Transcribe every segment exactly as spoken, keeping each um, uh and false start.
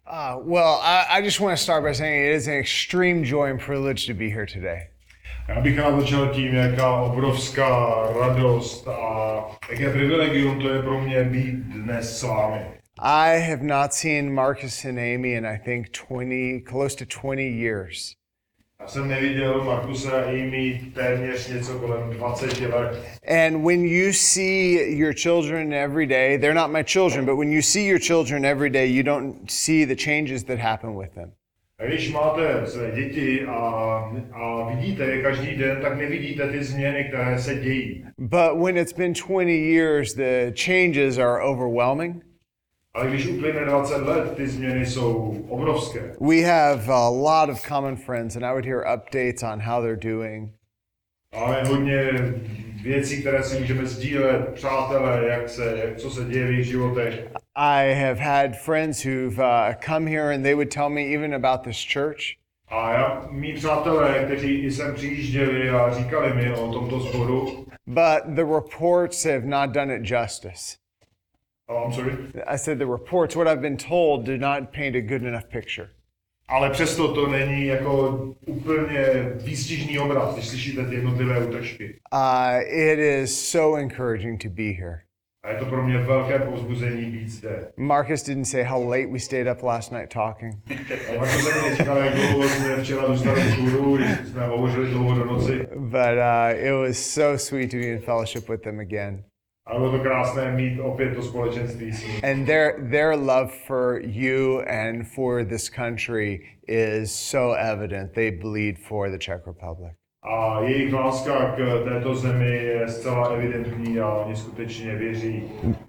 Uh, well, I, I just want to start by saying it is an extreme joy and privilege to be here today. Já bych rád začal tím, jaká obrovská radost a jaké privilegium to je pro mě být dnes s vámi. I have not seen Marcus and Amy in I think twenty, close to twenty years. Já jsem neviděl Markuse a Amy téměř něco kolem dvacet let. And when you see your children every day, they're not my children, but when you see your children every day, you don't see the changes that happen with them. A když máte své děti a, a vidíte je každý den, tak nevidíte ty změny, které se dějí. But when it's been twenty years, the changes are overwhelming. Ale když uplyne dvacet let, ty změny jsou obrovské. We have a lot of common friends, and I would hear updates on how they're doing. Máme hodně věcí, které si můžeme sdílet, přátelé, jak se, co se děje v jejich životech. I have had friends who've uh, come here and they would tell me even about this church. A já, mý přátelé, kteří i sem přijížděli a říkali mi o tomto sboru. But the reports have not done it justice. Oh, I'm sorry. I said the reports, what I've been told, do not paint a good enough picture. Ale přesto to není jako úplně výstižný obraz, když slyšíte ty jednotlivé útržky. Uh, it is so encouraging to be here. A je to pro mě velké povzbuzení být zde. Marcus didn't say how late we stayed up last night talking. A Marcus se mi říkal, jak dlouho jsme včera zůstali v kůru, když jsme hovořili dlouho do noci. But uh, it was so sweet to be in fellowship with them again. A bylo to krásné mít opět to společenství s ním. And their their love for you and for this country is so evident. They bleed for the Czech Republic. A jejich láska k této zemi je zcela evidentní a oni skutečně věří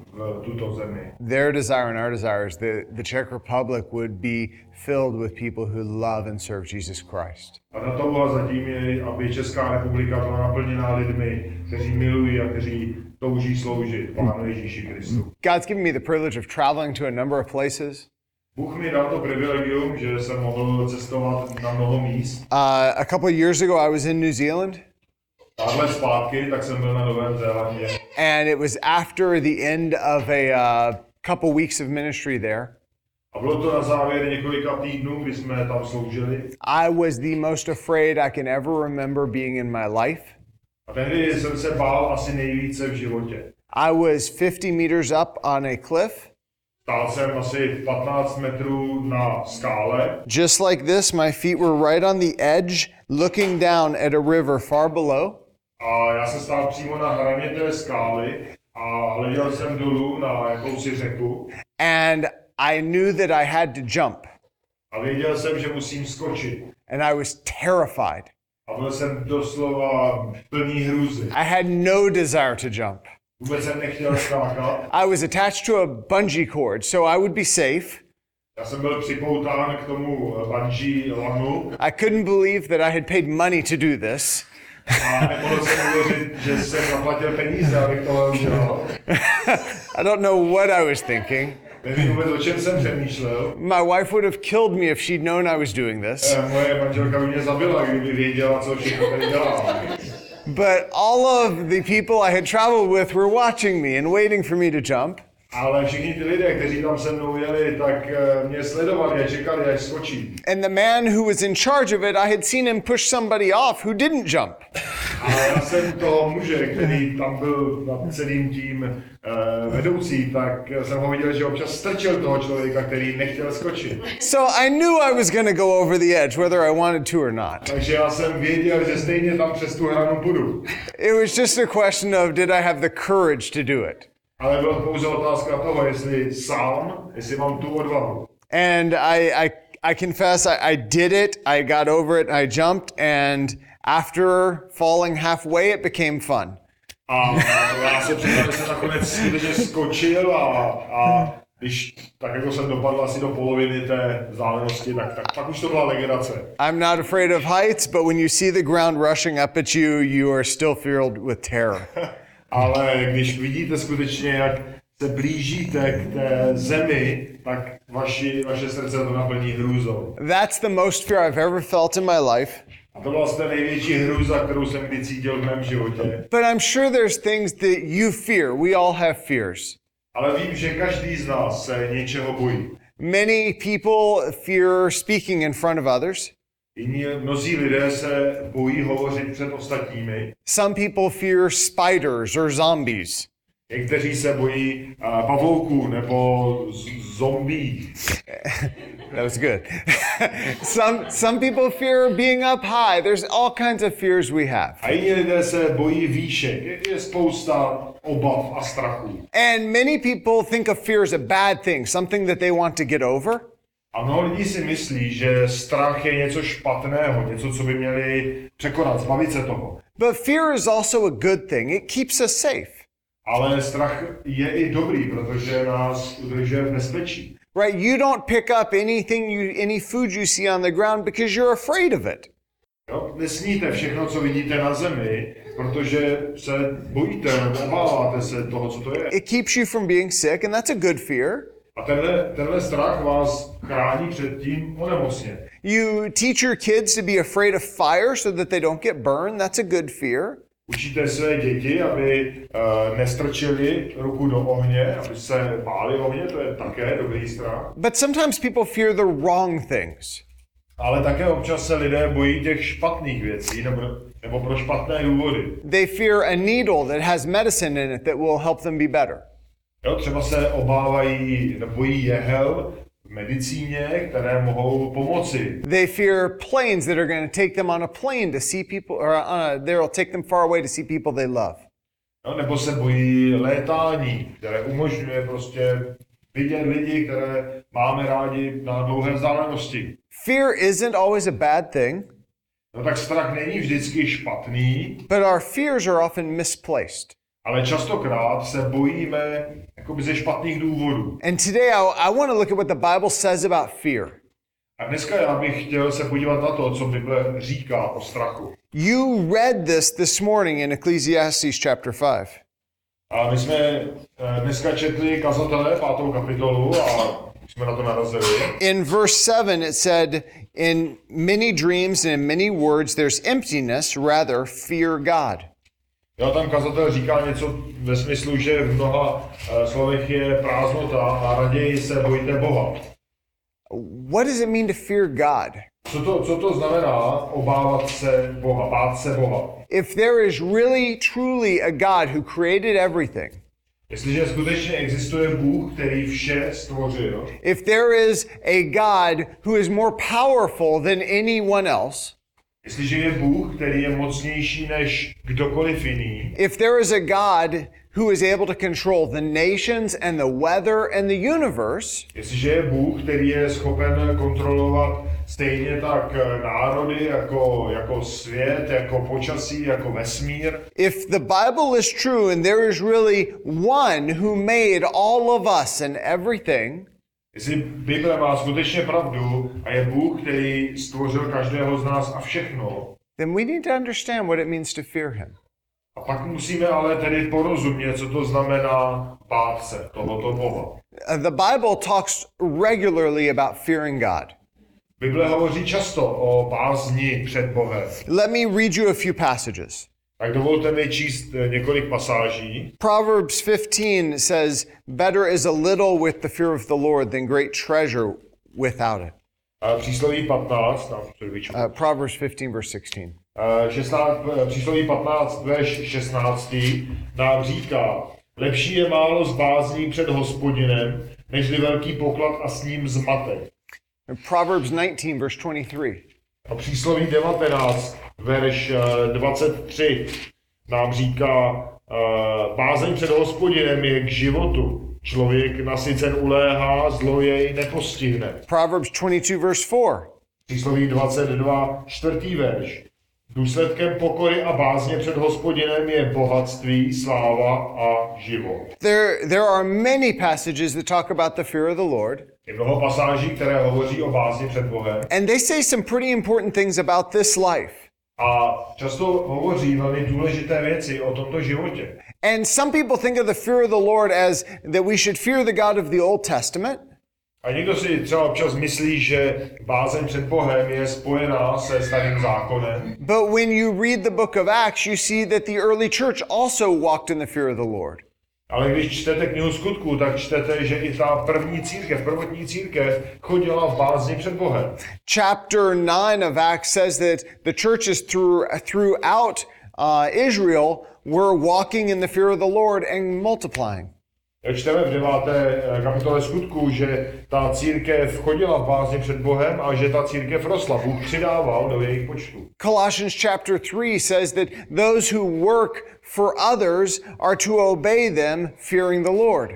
v tuto zemi. Their desire and our desire is that the Czech Republic would be filled with people who love and serve Jesus Christ. A na to zatím je, aby Česká republika byla naplněná lidmi, kteří milují a kteří touží sloužit Pánu Ježíši Kristu. God's given me the privilege of traveling to a number of places. Bůh mi dal to privilegium, že jsem mohl cestovat na mnoho míst. Uh, a couple of years ago, I was in New Zealand. Pár let zpátky, tak jsem byl na Novém Zélandě. And it was after the end of a uh, couple weeks of ministry there. A bylo to na závěr několika týdnů, kdy jsme tam sloužili. I was the most afraid I can ever remember being in my life. A tehdy jsem se bál asi nejvíce v životě. I was fifty meters up on a cliff. Stál jsem asi patnáct metrů na skále. Just like this, my feet were right on the edge, looking down at a river far below. A já jsem stál přímo na hraně té skály a hleděl jsem dolů na jakousi řeku. And I knew that I had to jump. A věděl jsem, že musím skočit. And I was terrified. A byl jsem doslova plný hrůzy. I had no desire to jump. Vůbec jsem nechtěl skákat. I was attached to a bungee cord, so I would be safe. Já jsem byl připoután k tomu bungee lanu. I couldn't believe that I had paid money to do this. A nemohl jsem uvěřit, že jsem zaplatil peníze, abych tohle udělal. I don't know what I was thinking. Nevím vůbec, o čem jsem přemýšlel. My wife would have killed me if she'd known I was doing this. Moje manželka by mě zabila, kdyby věděla, co všechno tady dělám. But all of the people I had traveled with were watching me and waiting for me to jump. Ale všichni ty lidé, kteří tam se mnou jeli, tak mě sledovali a čekali, až skočím. And the man who was in charge of it, I had seen him push somebody off who didn't jump. A já jsem toho muže, který tam byl nad celým tím uh, vedoucí, tak jsem ho viděl, že občas strčil toho člověka, který nechtěl skočit. So I knew I was going to go over the edge, whether I wanted to or not. Takže já jsem věděl, že stejně tam přes tu hranu půjdu. It was just a question of did I have the courage to do it. Ale byla pouze otázka toho, jestli sám, jestli mám tu odvahu. And I, I, I confess, I, I did it, I got over it, I jumped, and after falling halfway, it became fun. A já se přiznám, že jsem nakonec skutečně skočil a, a když tak jako jsem dopadl asi do poloviny té vzdálenosti, tak, tak pak už to byla legrace. I'm not afraid of heights, but when you see the ground rushing up at you, you are still filled with terror. Ale když vidíte skutečně, jak se blížíte k té zemi, tak vaši, vaše srdce to naplní hrůzou. That's the most fear I've ever felt in my life. A to byla vlastně největší hrůza, kterou jsem kdy cítil v mém životě. But I'm sure there's things that you fear. We all have fears. Ale vím, že každý z nás se něčeho bojí. Many people fear speaking in front of others. Jiní, mnozí lidé se bojí hovořit před ostatními. Some people fear spiders or zombies. Někteří se bojí uh, pavouků nebo z- zombí. That was good. some, some people fear being up high. There's all kinds of fears we have. A jiní lidé se bojí výšek. Je, je spousta obav a strachů. And many people think of fear as a bad thing, something that they want to get over. A mnoho lidí si myslí, že strach je něco špatného, něco, co by měli překonat, zbavit se toho. But fear is also a good thing. It keeps us safe. Ale strach je i dobrý, protože nás udržuje v bezpečí. Right? You don't pick up anything you any food you see on the ground because you're afraid of it. Jo? Nesníte všechno, co vidíte na zemi, protože se bojíte nebo obáváte se toho, co to je. It keeps you from being sick, and that's a good fear. A tenhle, tenhle strach vás chrání před tím onemocněním. You teach your kids to be afraid of fire so that they don't get burned. That's a good fear. Učíte své děti, aby uh, nestrčili ruku do ohně, aby se báli ohně, to je také dobrý strach. But sometimes people fear the wrong things. Ale také občas se lidé bojí těch špatných věcí nebo, nebo pro špatné důvody. They fear a needle that has medicine in it that will help them be better. Jo, třeba se obávají, bojí jehel v medicíně, které mohou pomoci. They fear planes that are going to take them on a plane to see people, or on a, they'll take them far away to see people they love. Jo, nebo se bojí létání, které umožňuje prostě vidět lidi, které máme rádi na dlouhé vzdálenosti. Fear isn't always a bad thing, No tak strach není vždycky špatný, but our fears are often misplaced. ale častokrát se bojíme jakoby ze špatných důvodů. And today I, I want to look at what the Bible says about fear. A dneska já bych chtěl se podívat na to, co Bible říká o strachu. You read this this morning in Ecclesiastes chapter five. A my jsme eh, dneska četli kazatele pátou kapitolu a jsme na to narazili. In verse seven it said, in many dreams and in many words there's emptiness, rather fear God. Jo, tam kazatel říká něco ve smyslu, že v mnoha uh, slovech je prázdnota a raději se bojte Boha. What does it mean to fear God? Co to, co to znamená obávat se Boha, bát se Boha? If there is really, truly a God who created everything, Jestliže skutečně existuje Bůh, který vše stvořil, if there is a God who is more powerful than anyone else, jestliže je Bůh, který je mocnější než kdokoliv jiný, if there is a God who is able to control the nations and the weather and the universe, jestliže je Bůh, který je schopen kontrolovat stejně tak národy, jako, jako svět, jako počasí, jako vesmír, if the Bible is true and there is really one who made all of us and everything, jestli Bible má skutečně pravdu a je Bůh, který stvořil každého z nás a všechno, then we need to understand what it means to fear him. a pak musíme ale tedy porozumět, co to znamená bát se tohoto Boha. Uh, The Bible talks regularly about fearing God. Bible hovoří často o bázni před Bohem. Let me read you a few passages. Tak dovolte mi číst několik pasáží. Proverbs fifteen says, better is a little with the fear of the Lord than great treasure without it. A přísloví patnáct, na předvíčku. Uh, Proverbs fifteen, verse sixteen. šestnáct, přísloví patnáct, verš šestnáct nám říká, lepší je málo z bázní před Hospodinem, nežli velký poklad a s ním zmatek. Proverbs nineteen, verse twenty-three. A přísloví devatenáct, verš dvacet tři nám říká, bázeň před Hospodinem je k životu. Člověk nasycen uléhá, zlo jej nepostihne. Proverbs twenty-two, verse four. Přísloví dvacet dva, čtvrtý verš. Důsledkem pokory a bázně před Hospodinem je bohatství, sláva a život. There, there are many passages that talk about the fear of the Lord, Je mnoho pasáží, které hovoří o bázni před Bohem. and they say some pretty important things about this life. A často hovoří velmi důležité věci o tomto životě. And some people think of the fear of the Lord as that we should fear the God of the Old Testament. A někdo si třeba občas myslí, že bázeň před Bohem je spojená se starým zákonem. But when you read the book of Acts, you see that the early church also walked in the fear of the Lord. Ale když čtete knihu Skutků, tak čtete, že i ta první církev, prvotní církev chodila v bázni před Bohem. Chapter nine of Acts says that the churches through, throughout uh, Israel were walking in the fear of the Lord and multiplying. Čteme v deváté kapitole Skutků, že ta církev chodila v bázni před Bohem a že ta církev rostla. Bůh přidával do jejich počtu. Colossians chapter three says that those who work for others are to obey them, fearing the Lord.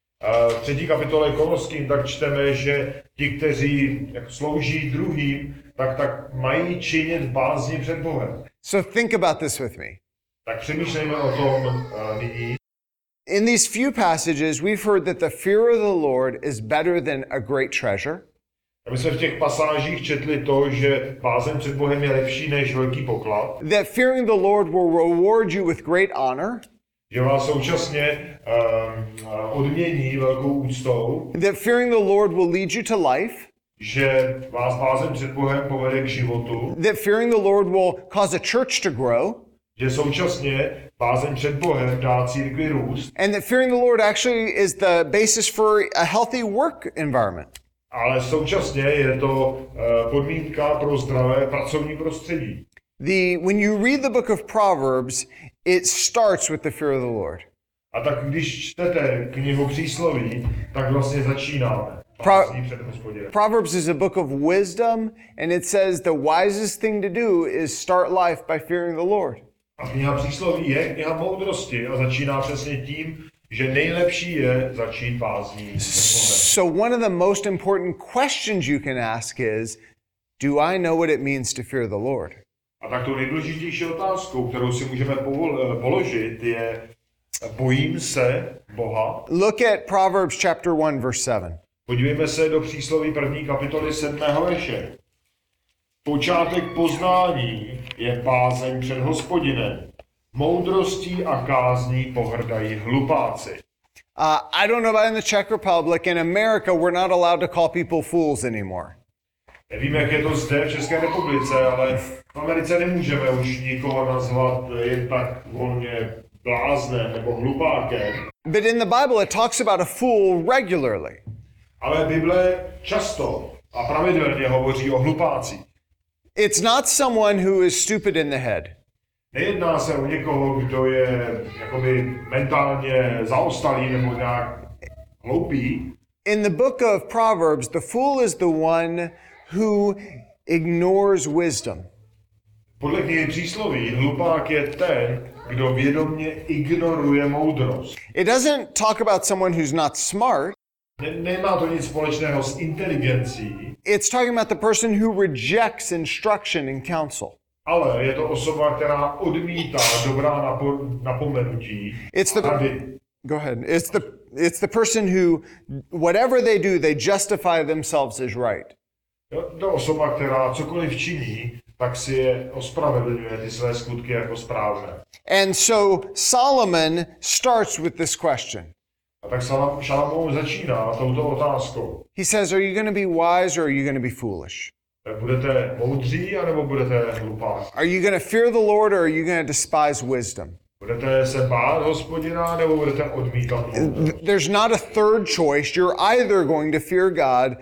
V třetí kapitole Koloským tak čteme, že ti, kteří slouží druhým, tak, tak mají činit bázni před Bohem. So think about this with me. Tak přemýšlejme o tom uh, nyní. In these few passages, we've heard that the fear of the Lord is better than a great treasure. My jsme v těch pasážích četli to, že bázeň před Bohem je lepší než velký poklad. That fearing the Lord will reward you with great honor. Že vás současně um, odmění velkou úctou. That fearing the Lord will lead you to life. Že vás bázeň před Bohem povede k životu. That fearing the Lord will cause a church to grow. Že současně bázeň před Bohem dá církvi růst. And that fearing the Lord actually is the basis for a healthy work environment. Ale současně je to uh, podmínka pro zdravé pracovní prostředí. The when you read the book of Proverbs, it starts with the fear of the Lord. A tak když čtete knihu Přísloví, tak vlastně začínáme. Pro- Proverbs is a book of wisdom, and it says the wisest thing to do is start life by fearing the Lord. A kniha Přísloví je kniha moudrosti a začíná přesně tím, že nejlepší je začít bázní. So one of the most important questions you can ask is, do I know what it means to fear the Lord? A tak tou nejdůležitější otázkou, kterou si můžeme povol, položit, je, bojím se Boha? Look at Proverbs chapter one, verse seven. Podívejme se do Přísloví první kapitoly sedmého verše. Počátek poznání je bázeň před Hospodinem. Moudrostí a kázní pohrdají hlupáci. Uh, I don't know about in the Czech Republic. In America, we're not allowed to call people fools anymore. Nevím, jak je to zde v České republice, ale v Americe nemůžeme už nikoho nazvat jen tak volně bláznem nebo hlupákem. But in the Bible, it talks about a fool regularly. Ale Bible často a pravidelně hovoří o hlupácích. It's not someone who is stupid in the head. Nejedná se o někoho, kdo je jakoby mentálně zaostalý nebo nějak hloupý. In the book of Proverbs, the fool is the one who ignores wisdom. Podle knihy Přísloví hlupák je ten, kdo vědomě ignoruje moudrost. It doesn't talk about someone who's not smart. Ne- nemá to nic společného s inteligencí, It's talking about the person who rejects instruction and counsel. ale je to osoba, která odmítá dobrá napo- napomenutí. It's the Rady. Go ahead. It's the it's the person who whatever they do, they justify themselves as right. Jo, to je osoba, která cokoliv činí, tak si je ospravedlňuje ty své skutky jako správné. And so Solomon starts with this question. A tak Salam- Šalamoun začíná touto otázkou. He says, are you going to be wise or are you going to be foolish? Budete moudří, anebo budete hlupáci? Are you going to fear the Lord or are you going to despise wisdom? Budete se bát Hospodina, nebo budete odmítat moudrost? There's not a third choice. You're either going to fear God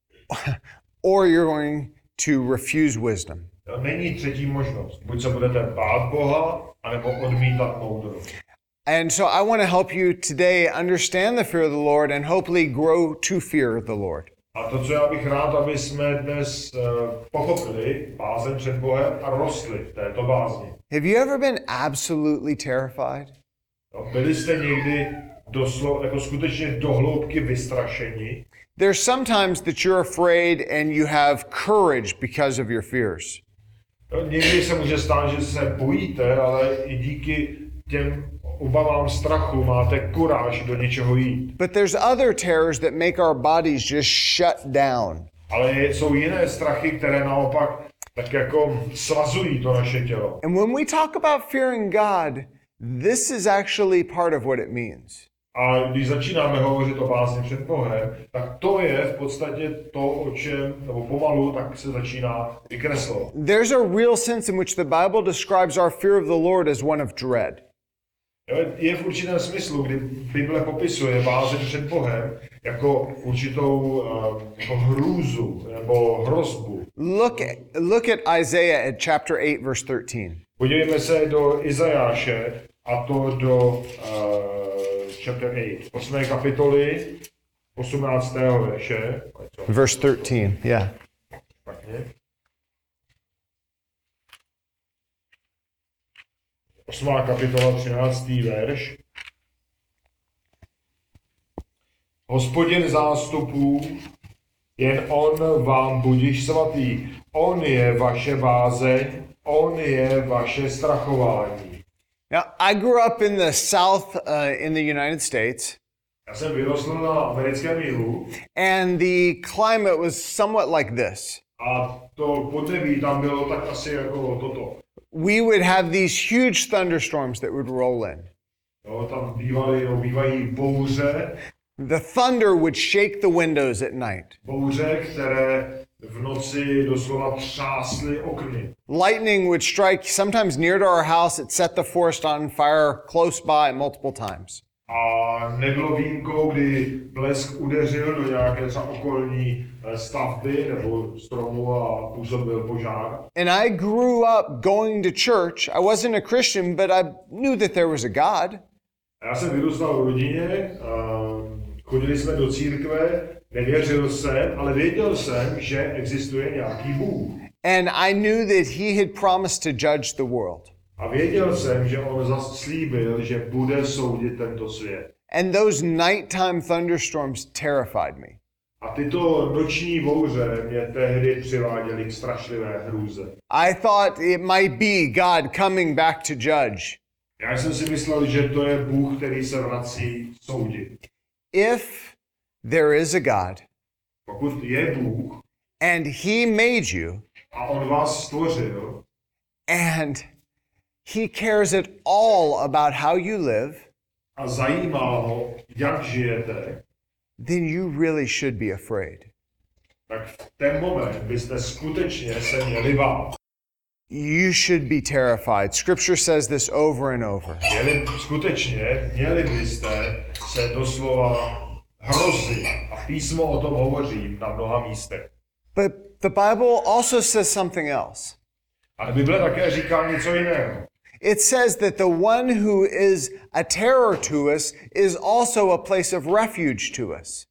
or you're going to refuse wisdom. Není třetí možnost. Buď se budete bát Boha, anebo odmítat moudrost. And so I want to help you today understand the fear of the Lord and hopefully grow to fear the Lord. A to, co já bych rád, aby jsme dnes uh, pochopili, bázeň před Bohem a rostli v této bázni. Have you ever been absolutely terrified? No, byli jste někdy doslo, jako skutečně dohloubky vystrašeni? There's sometimes that you're afraid and you have courage because of your fears. No, někdy se může stát, že se bojíte, ale i díky těm obavám, strachu máte kuráž do něčeho jít. But there's other terrors that make our bodies just shut down. Ale jsou jiné strachy, které naopak tak jako svazují to naše tělo. And when we talk about fearing God, this is actually part of what it means. A když začínáme hovořit o bázni před Bohem, tak to je v podstatě to, o čem, nebo pomalu, tak se začíná vykreslovat. There's a real sense in which the Bible describes our fear of the Lord as one of dread. Je v určitém smyslu, kdy Bible popisuje bázeň před Bohem jako určitou uh, jako hrůzu nebo hrozbu. Look at, look at Isaiah at chapter eight, verse thirteen. Podívejme se do Izajáše, a to do uh, chapter eight, osmé kapitoly, osmnáctého verše. Verse thirteen, yeah. Špatně. Osmá kapitola, třináctý verš. Hospodin zástupů, jen on vám budiš svatý. On je vaše bázeň, on je vaše strachování. Now, I grew up in the South uh, in the United States, Já jsem vyrostl na americkém jihu and the climate was somewhat like this. a to podnebí tam bylo tak asi jako toto. We would have these huge thunderstorms that would roll in. Jo, tam bývaly, no, bývají bouře, The thunder would shake the windows at night. bouře, které v noci doslova třásly okny. Lightning would strike sometimes near to our house. It set the forest on fire close by multiple times. A nebylo výjimkou, kdy blesk udeřil do nějaké třeba okolní stavby nebo stromu a působil požár. And I grew up going to church. I wasn't a Christian, but I knew that there was a God. A já jsem vyrůstal v rodině, chodili jsme do církve, nevěřil jsem, ale věděl jsem, že existuje nějaký Bůh. And I knew that he had promised to judge the world. A věděl jsem, že on zas slíbil, že bude soudit tento svět. And those nighttime thunderstorms terrified me. A tyto noční bouře mě tehdy přiváděly k strašlivé hrůze. I thought it might be God coming back to judge. Já jsem si myslel, že to je Bůh, který se vrací soudit. If there is a God Pokud je Bůh and he made you a on vás stvořil and he cares at all about how you live, a zajímá ho, jak žijete, then you really should be afraid. tak v ten moment byste skutečně se měli bát. You should be terrified. Scripture says this over and over. Měli, skutečně měli byste se doslova hrozit. A písmo o tom hovoří na mnoha místech. But the Bible also says something else. A Bible také říká něco jiného. It says that the one who is a terror to us is also a place of refuge to us.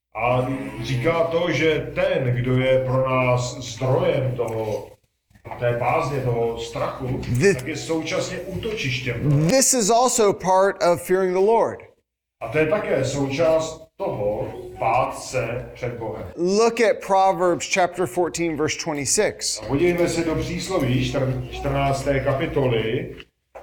A říká to, že ten, kdo je pro nás zdrojem toho, té bázně, toho strachu, This- tak je současně útočištěm. This is also part of fearing the Lord. A to je také součást toho bát se před Bohem. Look at Proverbs chapter fourteen, verse twenty-six. A podívejme se do přísloví čtrnácté kapitoly,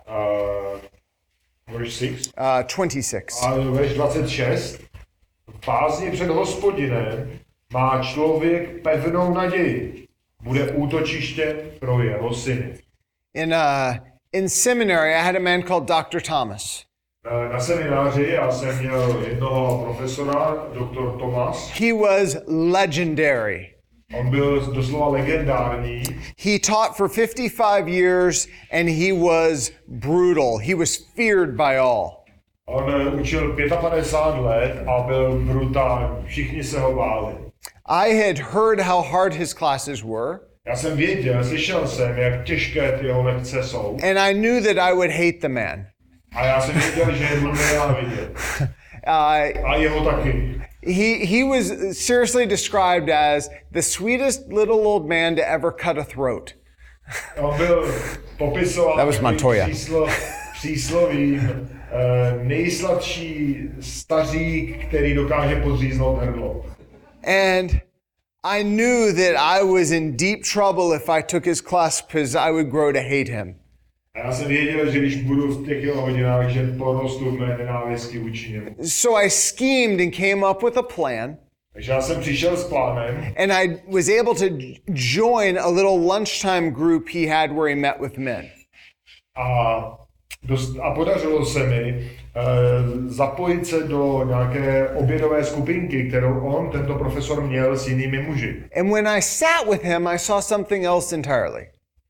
uh, verse six, Uh, twenty-six. a verš dvacet šest. V bázni před Hospodinem má člověk pevnou naději. Bude útočištěm pro jeho syny. In uh, in seminary, I had a man called Doctor Thomas. Eh, Na semináři já jsem měl jednoho profesora, doktor Thomas. He was legendary. On byl doslova legendární. He taught for fifty-five years and he was brutal. He was feared by all. On eh, učil padesát pět let a byl brutální. Všichni se ho báli. I had heard how hard his classes were, Já jsem věděl, slyšel jsem, jak těžké ty jeho lekce jsou. and I knew that I would hate the man. A já jsem věděl, že je budu nenávidět. Uh, A jeho taky. he, he was seriously described as the sweetest little old man to ever cut a throat. On byl popisován That was Montoya. příslo, příslovím uh, nejsladší stařík, který dokáže podříznout hrdlo. And I knew that I was in deep trouble if I took his class because I would grow to hate him. A já jsem věděl, že když budu v těch jeho hodinách, že porostu v mé nenávisti vůči němu. So I schemed and came up with a plan, Takže já jsem přišel s plánem and I was able to join a little lunchtime group he had where he met with men. a, dost, a podařilo se mi uh, zapojit se do nějaké obědové skupinky, kterou on, tento profesor, měl s jinými muži. And when I sat with him, I saw something else entirely.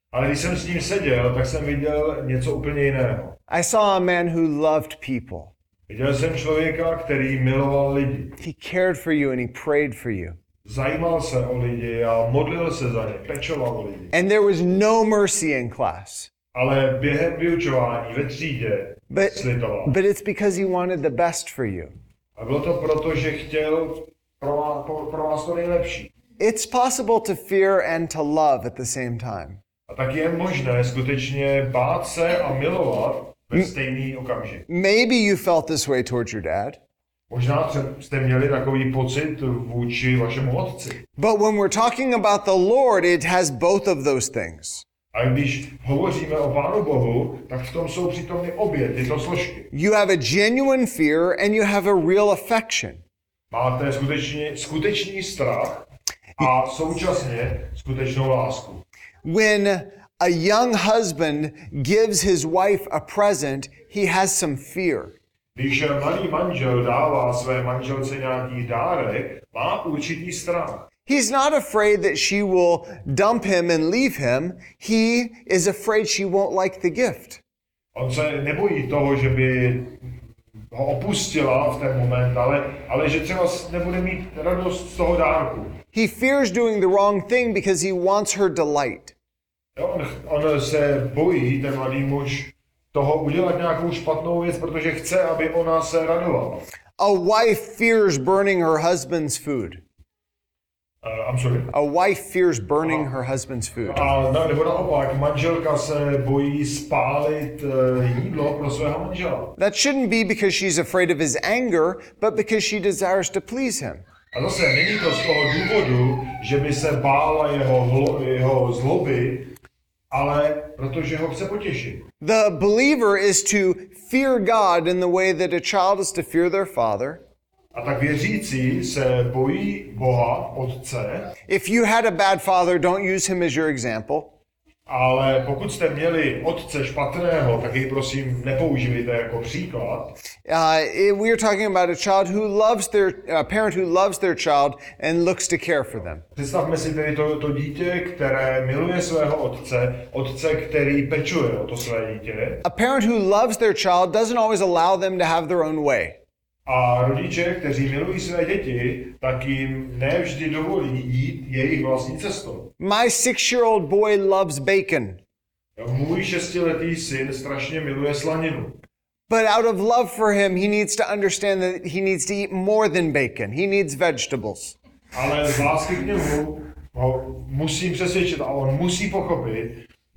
Ale když jsem s ním seděl, tak jsem viděl něco úplně jiného. I saw a man who loved people. Viděl jsem člověka, který miloval lidi. He cared for you and he prayed for you. Zajímal se o lidi a modlil se za ně, pečoval o lidi. And there was no mercy in class. Ale během vyučování ve třídě But, slitoval. but it's because he wanted the best for you. A bylo to proto, že chtěl pro vás, pro vás to nejlepší. It's possible to fear and to love at the same time. A tak je možné skutečně bát se a milovat ve stejný okamžik. Maybe you felt this way towards your dad. Možná třeba jste měli takový pocit vůči vašemu otci. But when we're talking about the Lord, it has both of those things. A když hovoříme o Pánu Bohu, tak v tom jsou přítomny obě tyto složky. You have a genuine fear and you have a real affection. Máte skutečně, skutečný strach a současně skutečnou lásku. When a young husband gives his wife a present, he has some fear. Když mladý manžel dává své manželce nějaký dárek, má určitý strach. He's not afraid that she will dump him and leave him. He is afraid she won't like the gift. On se nebojí toho, že by ho opustila v ten moment, ale, ale že třeba nebude mít radost z toho dárku. He fears doing the wrong thing because he wants her delight. Jo, on, on se bojí, ten mladý muž, toho udělat nějakou špatnou věc, protože chce, aby ona se radovala. A wife fears burning her husband's food. Uh, I'm sorry. A wife fears burning her husband's food. A no, nebo naopak, manželka se bojí spálit uh, jídlo pro svého manžela. That shouldn't be because she's afraid of his anger, but because she desires to please him. A zase není to z toho důvodu, že by se bála jeho, hlo, jeho zloby, ale protože ho chce potěšit. The believer is to fear God in the way that a child is to fear their father. A tak věřící se bojí Boha, Otce. If you had a bad father, don't use him as your example. Ale pokud jste měli otce špatného, tak jej prosím nepoužívejte jako příklad. Uh, we are talking about a child who loves their, a parent who loves their child and looks to care for them. Představme si tedy to, to dítě, které miluje svého otce, otce, který pečuje o to své dítě. A parent who loves their child doesn't always allow them to have their own way. A rodiče, kteří milují své děti, tak jim nevždy dovolí jít jejich vlastní cestou. My six-year-old boy loves bacon. Můj šestiletý syn strašně miluje slaninu. But out of love for him, he needs to understand that he needs to eat more than bacon. He needs vegetables. Ale z lásky k němu ho musím přesvědčit a on musí pochopit,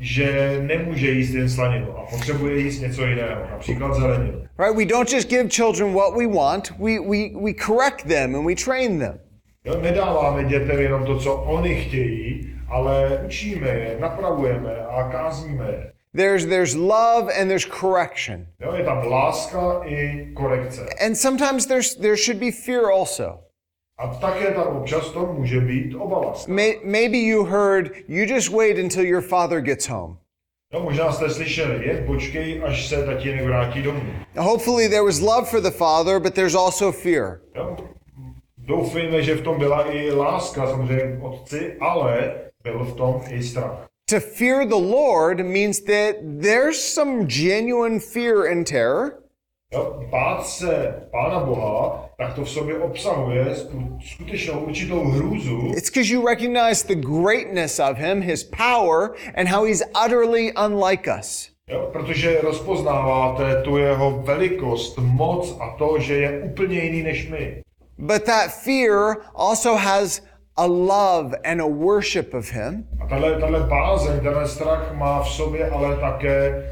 že nemůže jíst jen slaninu a potřebuje jíst něco jiného, například zeleninu. Right? We don't just give children what we want. We, we, we correct them and we train them. Jo, nedáváme dětem jenom to, co oni chtějí, ale učíme je, napravujeme a kázíme je. There's, there's love and there's correction. Jo, je tam láska i korekce. And sometimes there's, there should be fear also. A také tam občas to může být obava. May, maybe you heard, you just wait until your father gets home. No, možná jste slyšeli, jen počkej, až se tatínek vrátí domů. Hopefully there was love for the father, but there's also fear. Jo? Doufejme, že v tom byla i láska samozřejmě k otci, ale byl v tom i strach. To fear the Lord means that there's some genuine fear and terror. Jo? Bát se Pána Boha, tak to v sobě obsahuje skutečnou určitou hrůzu. It's because you recognize the greatness of him, his power, and how he's utterly unlike us. Jo? Protože rozpoznáváte tu jeho velikost, moc a to, že je úplně jiný než my. But that fear also has a love and a worship of him. A tahle, tahle bázeň, tenhle strach má v sobě ale také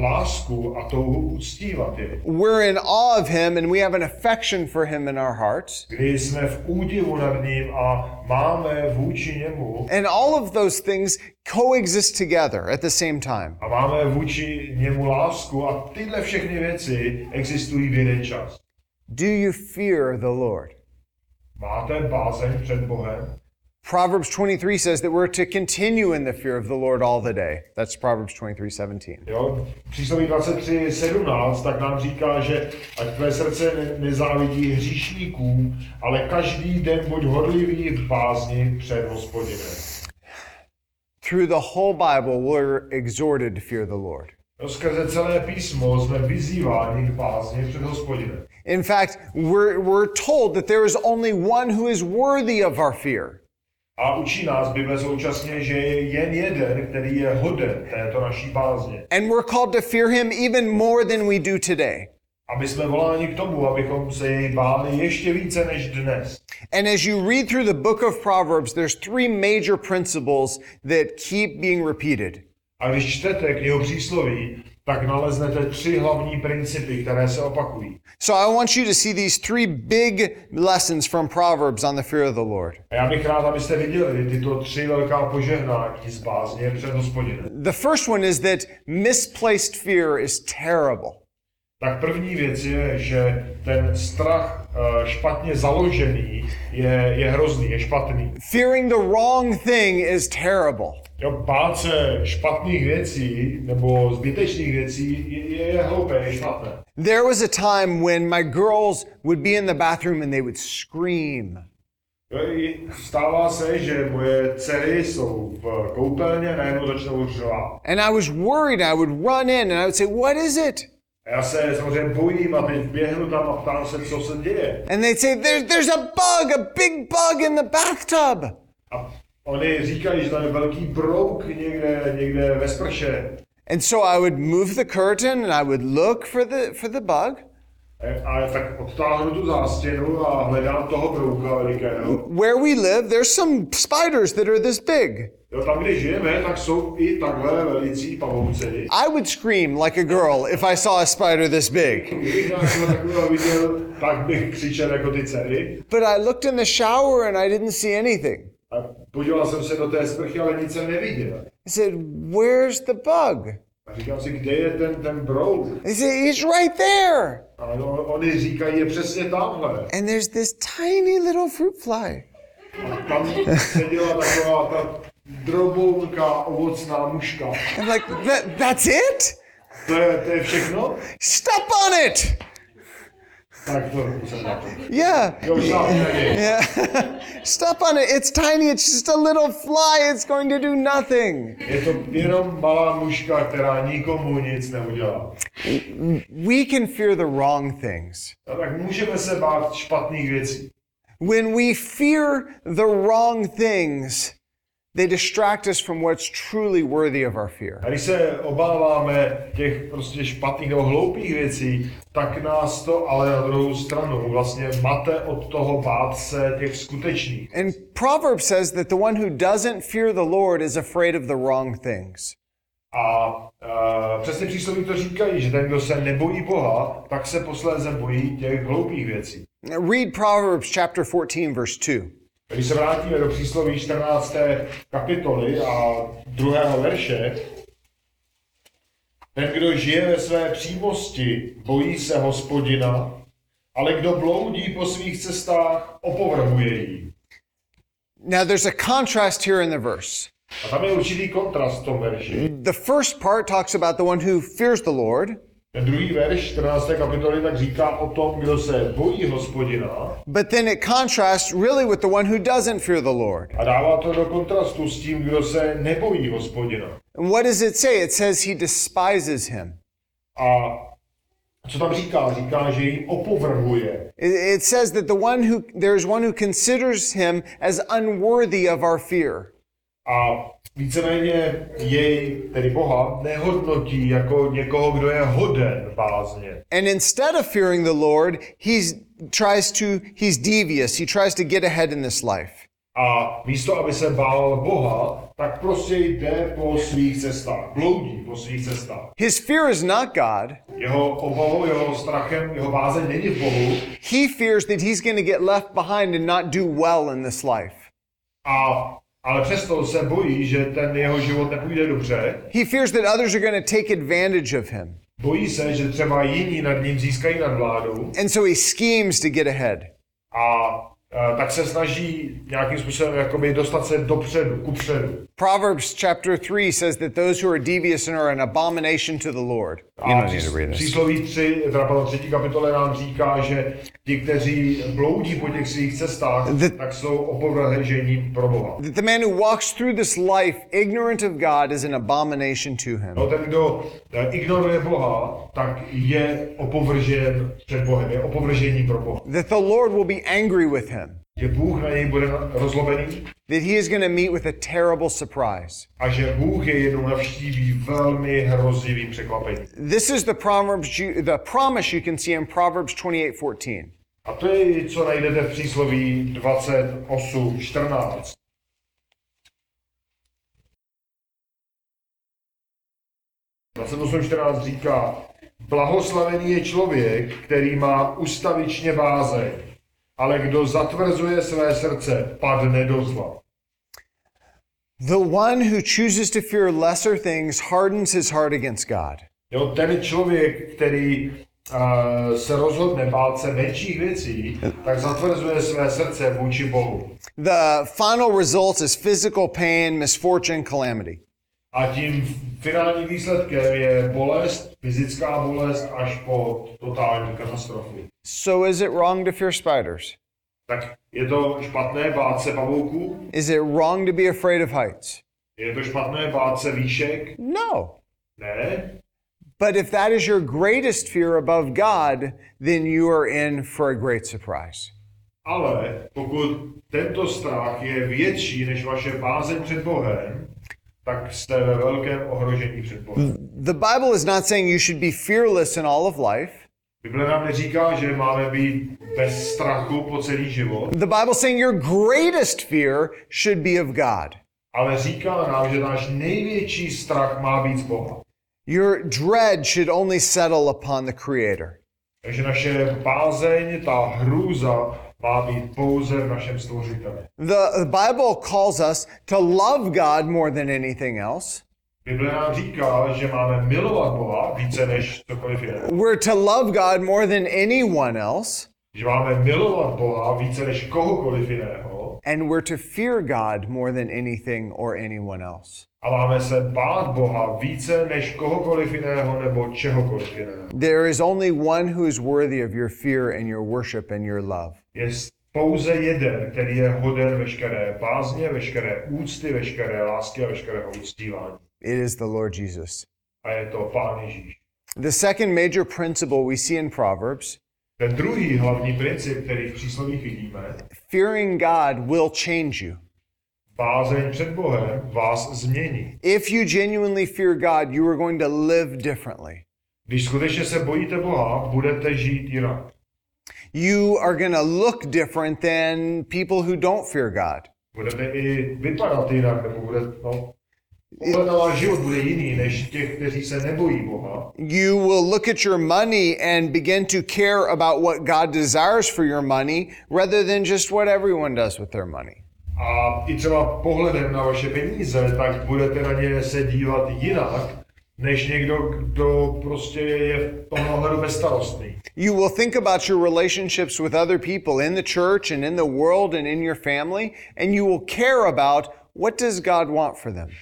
lásku a touhu uctívat jej. We're in awe of him and we have an affection for him in our hearts. Kdy jsme v údivu nad ním a máme vůči němu And all of those things coexist together at the same time. a máme vůči němu lásku a tyhle všechny věci existují v jeden čas. Do you fear the Lord? Máte bázeň před Bohem? Proverbs twenty-three says that we're to continue in the fear of the Lord all the day. That's Proverbs twenty-three seventeen. Jo, přísloví dvacet tři sedmnáct tak nám říká, že ať tvé srdce ne- nezávidí hříšníkům, ale každý den buď horlivý v bázni před Hospodinem. Through the whole Bible, we're exhorted to fear the Lord. Skrze celé písmo jsme vyzýváni k bázni před Hospodinem. In fact, we're, we're told that there is only one who is worthy of our fear. A učí nás Bible současně, že je jen jeden, který je hoden této naší bázně. And we're called to fear him even more than we do today. A my jsme voláni k tomu, abychom se jej báli ještě více než dnes. And as you read through the book of Proverbs, there's three major principles that keep being repeated. A když čtete knihu Přísloví, tak naleznete tři hlavní principy, které se opakují. So I want you to see these three big lessons from Proverbs on the fear of the Lord. A já bych rád, abyste viděli tyto tři velká požehnání z bázně před Hospodinem. The first one is that misplaced fear is terrible. Tak první věc je, že ten strach špatně založený je, je hrozný, je špatný. Fearing the wrong thing is terrible. Jo, bát se špatných věcí nebo zbytečných věcí je, je hloupé, je špatné. There was a time when my girls would be in the bathroom and they would scream. Stává se, že moje dcery jsou v koupelně a najednou začnou řvát. And I was worried. I would run in and I would say, "What is it?" A já se samozřejmě bojím a teď běhnu tam a ptám se, co se děje. And they'd say, there's, there's a bug, a big bug in the bathtub. A oni říkají, že tam je velký brouk někde, někde ve sprše. And so I would move the curtain and I would look for the, for the bug. A, a tak odtáhnu tu zástěnu a hledám toho brouka velikého. Where we live, there's some spiders that are this big. Jo, tam, kde žijeme, tak jsou i takhle velicí pavouci. I would scream like a girl if I saw a spider this big. Kdybych nějakého takového viděl, tak bych křičel jako ty dcery. But I looked in the shower and I didn't see anything. A podíval jsem se do té sprchy, ale nic jsem neviděl. I said, "Where's the bug?" A říkám si, kde je ten, ten brouk? They said, "He's right there." A on, oni říkají, je přesně tamhle. And there's this tiny little fruit fly. A tam seděla taková ta drobouňká ovocná muška. I'm like, that, that's it? To je, to je všechno? Step on it! Tak to jsem taky. Yeah. Jo, šlápni na něj. Yeah. Step on it. It's tiny. It's just a little fly. It's going to do nothing. Je to jenom malá muška, která nikomu nic neudělá. We can fear the wrong things. A tak můžeme se bát špatných věcí. When we fear the wrong things, they distract us from what's truly worthy of our fear. A když se obáváme těch prostě špatných nebo hloupých věcí, tak nás to ale na druhou stranu vlastně mate od toho bát se těch skutečných. And Proverbs says that the one who doesn't fear the Lord is afraid of the wrong things. A uh, přesně přísloví to říkají, že ten, kdo se nebojí Boha, tak se posléze bojí těch hloupých věcí. Read Proverbs chapter fourteen, verse two. Když se vrátíme do přísloví čtrnácté kapitoly a druhého verše, ten, kdo žije ve své přímosti, bojí se Hospodina, ale kdo bloudí po svých cestách, opovrhuje jí. Now there's a contrast here in the verse. A tam je určitý kontrast v tom verši. The first part talks about the one who fears the Lord. Ten druhý verš čtrnácté kapitoly tak říká o tom, kdo se bojí Hospodina. But then it contrasts really with the one who doesn't fear the Lord. A dává to do kontrastu s tím, kdo se nebojí Hospodina. And what does it say? It says he despises him. A co tam říká? Říká, že jim opovrhuje. It, it says that the one who there is one who considers him as unworthy of our fear. A víceméně jej, tedy Boha, nehodnotí jako někoho, kdo je hoden bázně. And instead of fearing the Lord, he tries to he's devious. He tries to get ahead in this life. A místo, aby se bál Boha, tak prostě jde po svých cestách, bloudí po svých cestách. His fear is not God. Jeho obavou, jeho strachem, jeho bázeň není v Bohu. He fears that he's going to get left behind and not do well in this life. A ale přesto se bojí, že ten jeho život nepůjde dobře. He fears that others are going to take advantage of him. Bojí se, že třeba jiní nad ním získají nadvládu. And so he schemes to get ahead. A uh, tak se snaží nějakým způsobem jakoby dostat se dopředu, kupředu. Proverbs chapter three says that those who are devious and are an abomination to the Lord. A přísloví tři, teda třetí kapitole nám říká, že ti, kteří bloudí po těch svých cestách, The- tak jsou opovržením pro Boha. That the man who walks through this life ignorant of God is an abomination to him. No, ten, kdo eh, ignoruje Boha, tak je opovržen před Bohem, je opovržením pro Boha. That the Lord will be angry with him. Že Bůh na něj bude rozlobený That he is going to meet with a terrible surprise. a že Bůh je jednou navštíví velmi hrozivým překvapením. This is the Proverbs, you- the promise you can see in Proverbs twenty-eight fourteen. A to je, co najdete v přísloví dvacet osm čtrnáct. dvacet osm čtrnáct říká, blahoslavený je člověk, který má ustavičně bázeň, ale kdo zatvrzuje své srdce, padne do zla. The one who chooses to fear lesser things hardens his heart against God. Jo, ten člověk, který uh, se rozhodne bát se menších věcí, tak zatvrzuje své srdce vůči Bohu. The final result is physical pain, misfortune, calamity. A tím finálním výsledkem je bolest, fyzická bolest až po totální katastrofu. So is it wrong to fear spiders? Tak je to špatné bát se pavouků? Is it wrong to be afraid of heights? Je to špatné bát se výšek? No. Ne. But if that is your greatest fear above God, then you are in for a great surprise. Ale pokud tento strach je větší než vaše bázeň před Bohem, tak jste ve velkém ohrožení před Bohem. The Bible is not saying you should be fearless in all of life. Bible nám neříká, že máme být bez strachu po celý život, The Bible is saying your greatest fear should be of God. ale říká nám, že náš největší strach má být z Boha. Your dread should only settle upon the Creator. Takže naše bázeň, ta hrůza, má být pouze v našem stvořiteli. The, the Bible calls us to love God more than anything else. Bible nám říká, že máme milovat Boha více než cokoliv jiného. We're to love God more than anyone else. Že máme milovat Boha více než kohokoliv jiného. And we're to fear God more than anything or anyone else. A máme se bát Boha více než kohokoliv jiného nebo čehokoliv jiného. There is only one who is worthy of your fear and your worship and your love. Je pouze jeden, který je hoden veškeré bázně, veškeré úcty, veškeré lásky a veškerého uctívání. It is the Lord Jesus. A je to Pán Ježíš. The second major principle we see in Proverbs, Ten druhý hlavní princip, který v příslovích vidíme, fearing God will change you. bázeň před Bohem vás změní. If you genuinely fear God, you are going to live differently. Když skutečně se bojíte Boha, budete žít jinak. You are going to look different than people who don't fear God. Budete i vypadat jinak, nebo bude, no, pohled na váš život bude jiný než těch, kteří se nebojí Boha. You will look at your money and begin to care about what God desires for your money rather than just what everyone does with their money. A i třeba pohledem na vaše peníze, tak budete na ně se dívat jinak, než někdo, kdo prostě je v tomhle ohledu bezstarostný. You will think about your relationships with other people in the church and in the world and in your family, and you will care about what does God want for them.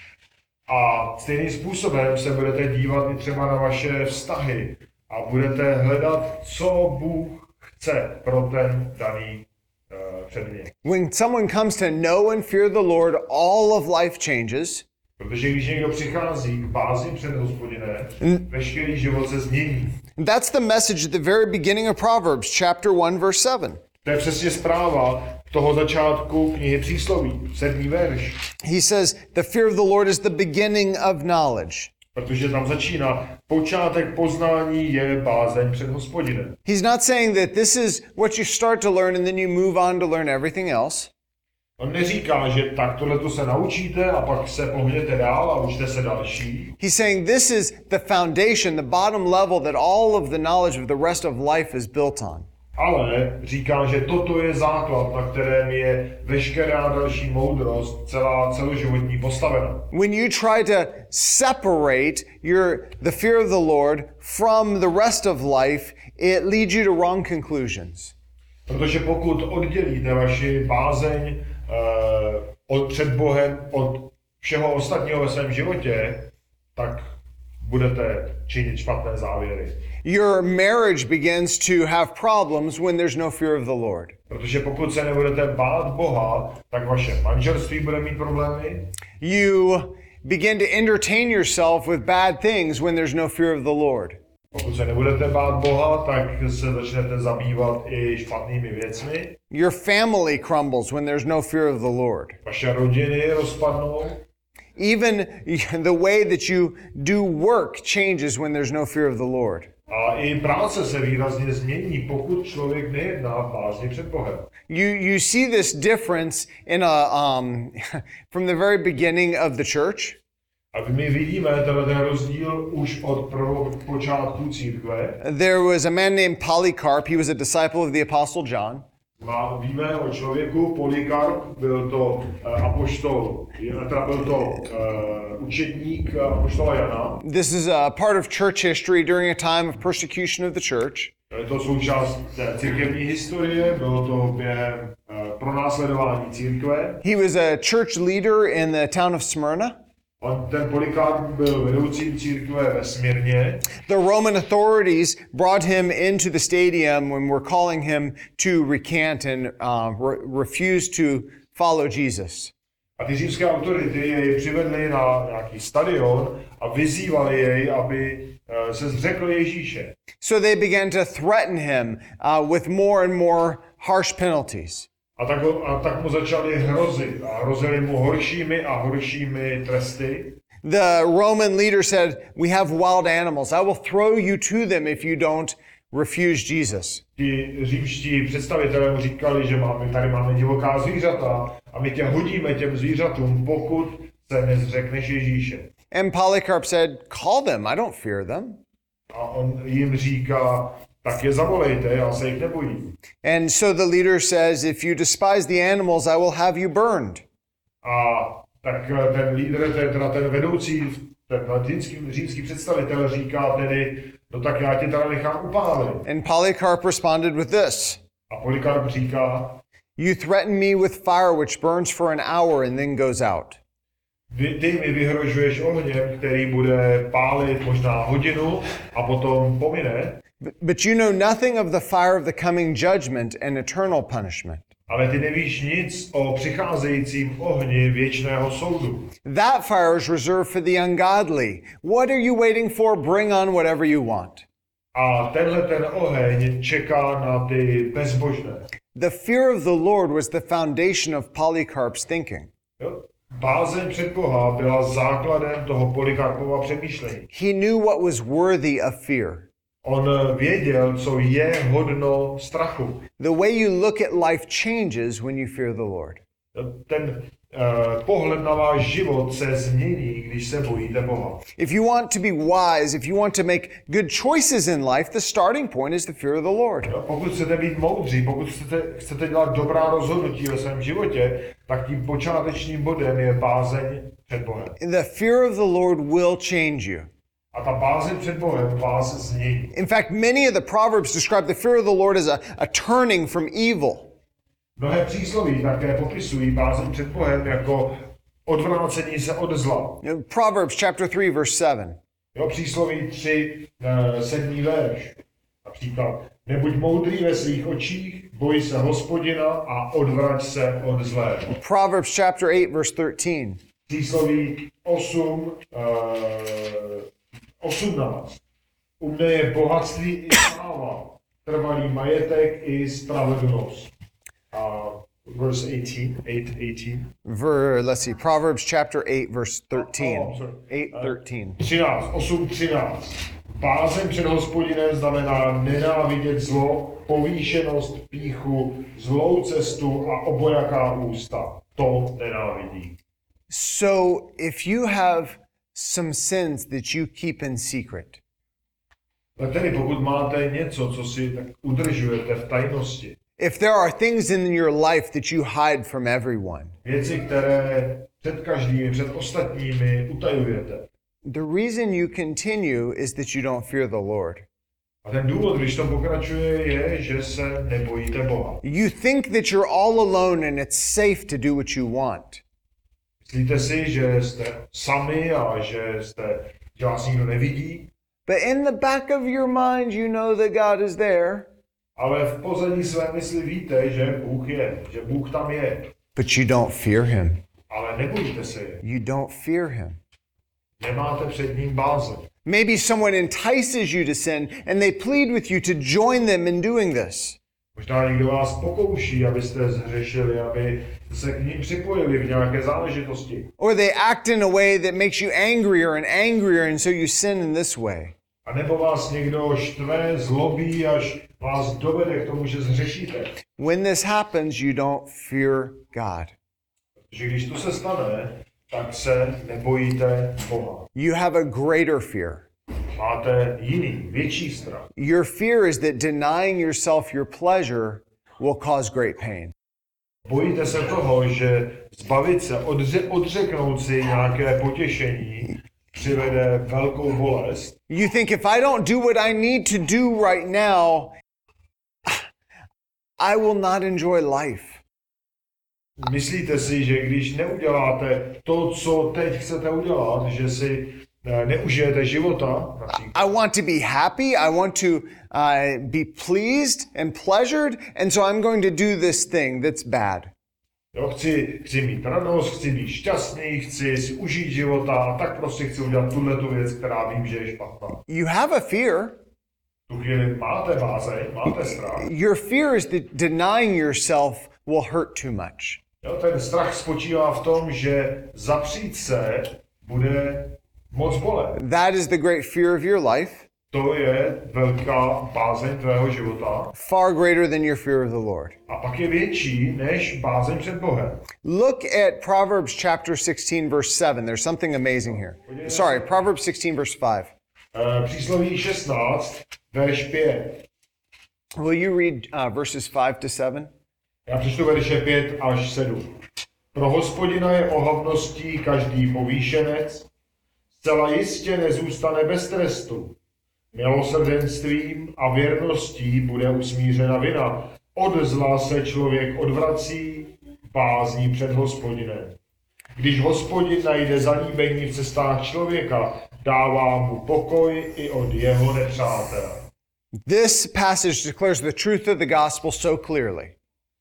A stejným způsobem se budete dívat i třeba na vaše vztahy a budete hledat, co Bůh chce pro ten daný uh, předmět. When someone comes to know and fear the Lord, all of life changes. Protože když někdo přichází k bázi před Hospodinem, veškerý život se změní. That's the message at the very beginning of Proverbs, chapter one, verse seven. To je přesně zpráva toho začátku knihy Přísloví, sedmý verš. He says, the fear of the Lord is the beginning of knowledge. Protože tam začíná, počátek poznání je bázeň před Hospodinem. He's not saying that this is what you start to learn and then you move on to learn everything else. On neříká, že tak tohleto se naučíte a pak se pohněte dál a učte se další. He's saying this is the foundation, the bottom level that all of the knowledge of the rest of life is built on. Ale říká, že toto je základ, na kterém je veškerá další moudrost, celá celoživotní postavena. When you try to separate your the fear of the Lord from the rest of life, it leads you to wrong conclusions. Protože pokud oddělíte vaši bázeň uh, od, před Bohem od všeho ostatního ve svém životě, tak budete činit špatné závěry. Your marriage begins to have problems when there's no fear of the Lord. Protože pokud se nebudete bát Boha, tak vaše manželství bude mít problémy. You begin to entertain yourself with bad things when there's no fear of the Lord. Pokud se nebudete bát Boha, tak se začnete zabývat i špatnými věcmi. Your family crumbles when there's no fear of the Lord. Vaše rodiny rozpadnou. Even the way that you do work changes when there's no fear of the Lord. A i práce se výrazně změní, pokud člověk nejedná v bázni před Bohem. You you see this difference in a um, from the very beginning of the church. A my vidíme ten rozdíl už od prvopočátku církve. There was a man named Polycarp. He was a disciple of the Apostle John. Má, víme o člověku, Polykarp, byl to uh, apoštol, teda byl to uh, učedník apoštola Jana. This is a part of church history during a time of persecution of the church. Je to součást té církevní historie, bylo to během uh, pronásledování církve. He was a church leader in the town of Smyrna. On, ten Polykarp byl vedoucím církve ve Smyrně. The Roman authorities brought him into the stadium when we're calling him to recant and uh, re- refuse to follow Jesus. A ty římské autority jej přivedli na nějaký stadion a vyzývali jej, aby uh, se zřekl Ježíše. So they began to threaten him uh, with more and more harsh penalties. A tak, a tak mu začali hrozit a hrozili mu horšími a horšími tresty. The Roman leader said, "We have wild animals. I will throw you to them if you don't refuse Jesus." Ti římští představitelé mu říkali, že máme, tady máme divoká zvířata a my tě hodíme těm zvířatům, pokud se nezřekneš Ježíše. And Polycarp said, "Call them. I don't fear them." A on jim říká, tak je zavolejte, já se jich nebojím. And so the leader says, "If you despise the animals, I will have you burned." A tak ten lídr, ten, teda ten vedoucí, ten římský, římský představitel říká tedy, no tak já tě teda nechám upálit. And Polycarp responded with this. A Polykarp říká, You threaten me with fire which burns for an hour and then goes out. ty mi vyhrožuješ ohněm, který bude pálit možná hodinu a potom pomine. But you know nothing of the fire of the coming judgment and eternal punishment. Ale ty nevíš nic o přicházejícím ohni věčného soudu. That fire is reserved for the ungodly. What are you waiting for? Bring on whatever you want. A tenhle ten oheň čeká na ty bezbožné. The fear of the Lord was the foundation of Polycarp's thinking. Jo? Bázeň před Boha byla základem toho Polykarpova přemýšlení. He knew what was worthy of fear. On věděl, co je hodno strachu. The way you look at life changes when you fear the Lord. Ten uh, pohled na váš život se změní, když se bojíte Boha. If you want to be wise, if you want to make good choices in life, the starting point is the fear of the Lord. Jo, pokud chcete být moudří, pokud chcete, chcete dělat dobrá rozhodnutí ve svém životě, tak tím počátečním bodem je bázeň před Bohem. The fear of the Lord will change you. A ta bázeň před Bohem vás změní. In fact, many of the Proverbs describe the fear of the Lord as a, a turning from evil. Mnohé přísloví také popisují bázeň před Bohem jako odvrácení se od zla. Proverbs chapter three, verse seven. Jo, přísloví tři, sedmý verš. Například, nebuď moudrý ve svých očích, boj se Hospodina a odvrať se od zlého. Proverbs chapter eight, verse thirteen. Přísloví osm, osmnáct. U mne je bohatství i sláva, trvalý majetek i spravedlnost. Uh, verse eighteen, eight, eighteen. Ver, let's see, Proverbs chapter eight, verse thirteen. Oh, sorry. eight, thirteen. třináct, osm, třináct. Bázeň před Hospodinem znamená nenávidět zlo, povýšenost, pýchu, zlou cestu a obojaká ústa. To nenávidí. So if you have some sins that you keep in secret, Tak tedy pokud máte něco, co si tak udržujete v tajnosti, if there are things in your life that you hide from everyone, věci, které před každými, před ostatními utajujete. the reason you continue is that you don't fear the Lord. A ten důvod, když to pokračuje, je, že se nebojíte Boha. You think that you're all alone and it's safe to do what you want. Myslíte si, že jste sami a že jste že vás nikdo nevidí, but in the back of your mind you know that God is there, ale v pozadí své mysli víte, že Bůh je, že Bůh tam je. but you don't fear him. Ale nebojíte se je. You don't fear him. Nemáte před ním bázeň. Maybe someone entices you to sin and they plead with you to join them in doing this. Možná někdo vás pokouší, abyste zhřešili, aby se k ním připojili v nějaké záležitosti. Or they act in a way that makes you angrier and angrier, and so you sin in this way. A nebo vás někdo štve, zlobí, až vás dovede k tomu, že zhřešíte. When this happens, you don't fear God. Že když to se stane, tak se nebojíte Boha. You have a greater fear. Máte jiný, větší strach. Your fear is that denying yourself your pleasure will cause great pain. Bojíte se toho, že zbavit se, odře- odřeknout si nějaké potěšení přivede velkou bolest. You think if I don't do what I need to do right now, I will not enjoy life. Myslíte si, že když neuděláte to, co teď chcete udělat, že si neužijete života, například. I want to be happy, I want to uh, be pleased and pleasured, and so I'm going to do this thing that's bad. Jo, chci, chci mít radost, chci být šťastný, chci si užít života a tak prostě chci udělat tuhletu věc, která vím, že je špatná. You have a fear. Tu chvíli máte bázeň, máte strach. Your fear is that denying yourself will hurt too much. Jo, ten strach spočívá v tom, že zapřít se bude moc bolet. That is the great fear of your life, To je velká bázeň tvého života far greater than your fear of the Lord. a pak je větší než bázeň před Bohem. Look at Proverbs chapter sixteen, verse seven. There's something amazing here. Sorry, Proverbs sixteen, verse five. Uh, přísloví šestnáct, verš pět. Will you read uh, verses five to seven? Já přečtu verše pět až sedm. Pro Hospodina je ohavností každý povýšenec, zcela jistě nezůstane bez trestu. Milosrdenstvím a věrností bude usmířena vina. Od zla se člověk odvrací, bázní před Hospodinem. Když Hospodin najde zalíbení v cestách člověka, dává mu pokoj i od jeho nepřátel. This passage declares the truth of the gospel so clearly.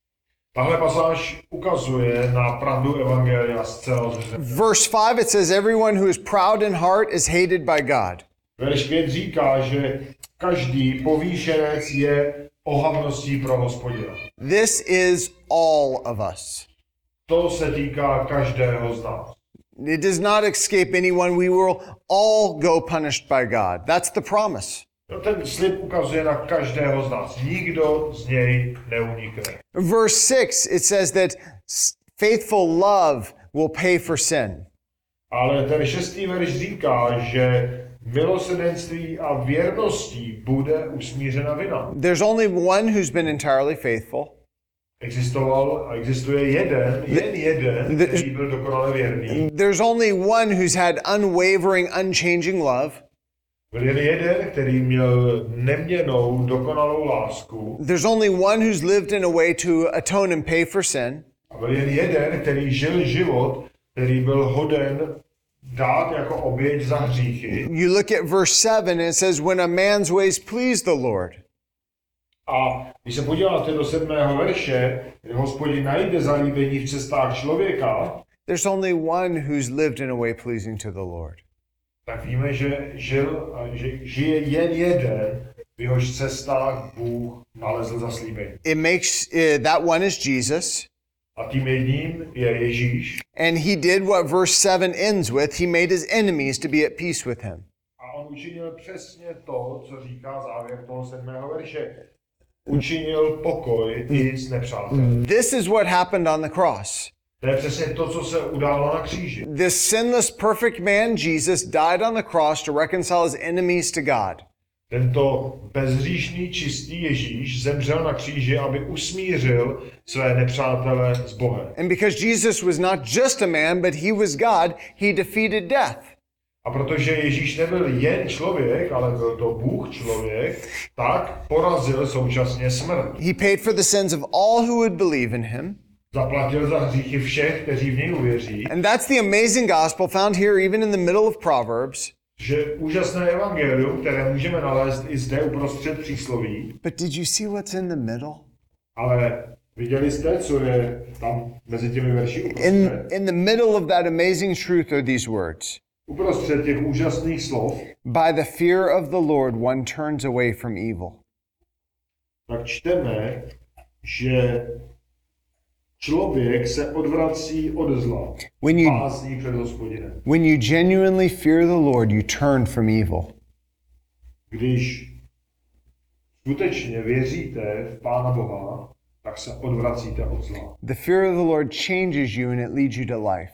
Tahle pasáž ukazuje na pravdu evangelia zcela zřetelně. Verse five, it says, everyone who is proud in heart is hated by God. Verš pět říká, že každý povýšenec je ohavností pro Hospodina. This is all of us. To se týká každého z nás. It does not escape anyone. We will all go punished by God. That's the promise. No, ten slib ukazuje na každého z nás. Nikdo z něj neunikne. Verse six, it says that faithful love will pay for sin. Ale ten šestý verš říká, že milosrdenství a věrností bude usmířena vina. There's only one who's been entirely faithful. Existoval a existuje jeden, jen jeden, který byl dokonale věrný. There's only one who's had unwavering, unchanging love. Byl jen jeden, který měl neměnnou, dokonalou lásku. There's only one who's lived in a way to atone and pay for sin. A byl jen jeden, který žil život, který byl hoden dát jako oběť za hříchy. You look at verse seven and it says, when a man's ways please the Lord. A když se podíváte do sedmého verše, kde Hospodin najde zalíbení v cestách člověka, there's only one who's lived in a way pleasing to the Lord. tak víme, že, žil, že žije jen jeden, v jehož cestách Bůh nalezl zaslíbení. It makes, uh, that one is Jesus. A tím jedním je Ježíš. And he did what verse seven ends with. He made his enemies to be at peace with him. A on učinil přesně to, co říká závěr toho sedmého verše. Učinil pokoj i s nepřáteli. This is what happened on the cross. To je přesně to, co se událo na kříži. This sinless, perfect man, Jesus, died on the cross to reconcile his enemies to God. Tento bezhříšný, čistý Ježíš zemřel na kříži, aby usmířil své nepřátele s Bohem. And because Jesus was not just a man, but he was God, he defeated death. A protože Ježíš nebyl jen člověk, ale byl to Bůh člověk, tak porazil současně smrt. He paid for the sins of all who would believe in him. Zaplatil za hříchy všech, kteří v něj uvěří. And that's the amazing gospel found here even in the middle of Proverbs. že úžasné evangelium, které můžeme nalézt i zde uprostřed přísloví, But did you see what's in the middle? ale viděli jste, co je tam mezi těmi verši In, uprostřed? in the middle of that amazing truth are these words. Uprostřed těch úžasných slov, By the fear of the Lord, one turns away from evil. tak čteme, že člověk se odvrací od zla, When you, bázní před Hospodinem. when you genuinely fear the Lord, you turn from evil. Když skutečně věříte v Pána Boha, tak se odvracíte od zla. The fear of the Lord changes you and it leads you to life.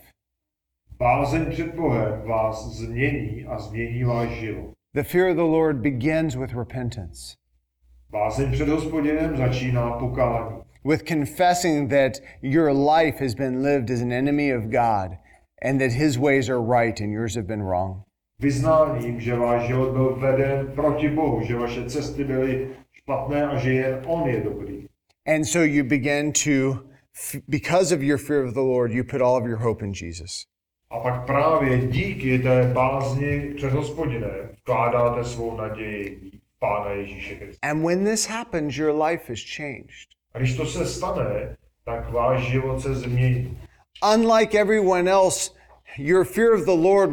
Bázeň před Bohem vás změní a změní váš život. The fear of the Lord begins with repentance, Bázeň před Hospodinem začíná pokání. with confessing that your life has been lived as an enemy of God and that his ways are right and yours have been wrong. Vyznáním, že váš život byl veden proti Bohu, že vaše cesty byly špatné a že jen On je dobrý. And so you begin to, because of your fear of the Lord, you put all of your hope in Jesus. A pak právě díky té bázni před Hospodinem vkládáte svou naději v Pána Ježíše Krista. And when this happens, your life is changed. A když to se stane, tak váš život se změní. Unlike everyone else, your fear of the Lord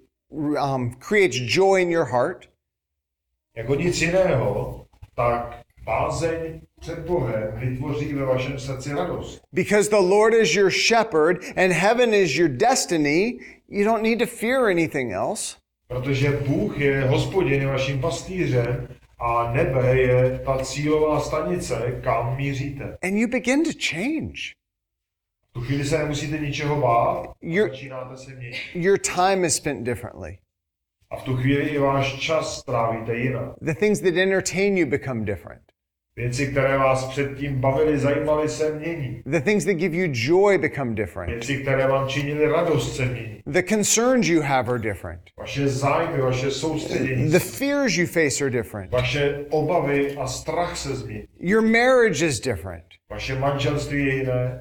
um, creates joy in your heart. Jako nic jiného, tak bázeň před Bohem vytvoří ve vašem srdci radost. Because the Lord is your shepherd and heaven is your destiny, you don't need to fear anything else. Protože Bůh je Hospodin, je vaším pastýřem a nebe je ta cílová stanice, kam míříte. And you begin to change. V tu chvíli se nemusíte ničeho bát, Your- začínáte se měnit. Your time is spent differently. A v tu chvíli i váš čas strávíte jinak. The things that entertain you become different. Věci, které vás předtím bavily, zajímaly, se mění. The things that give you joy become different. Věci, které vám činily radost, se mění. The concerns you have are different. Vaše zájmy, vaše soustředění, The fears you face are different. vaše obavy a strach se změní. Your marriage is different. Vaše manželství je jiné,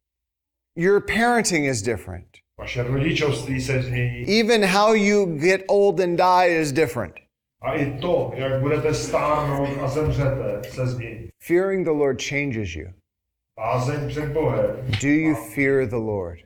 Your parenting is different. vaše rodičovství se změní. Even how you get old and die is different. A i to, jak budete stárnout a zemřete, se změní. Fearing the Lord changes you. Bázeň před Bohem. Do you fear the Lord?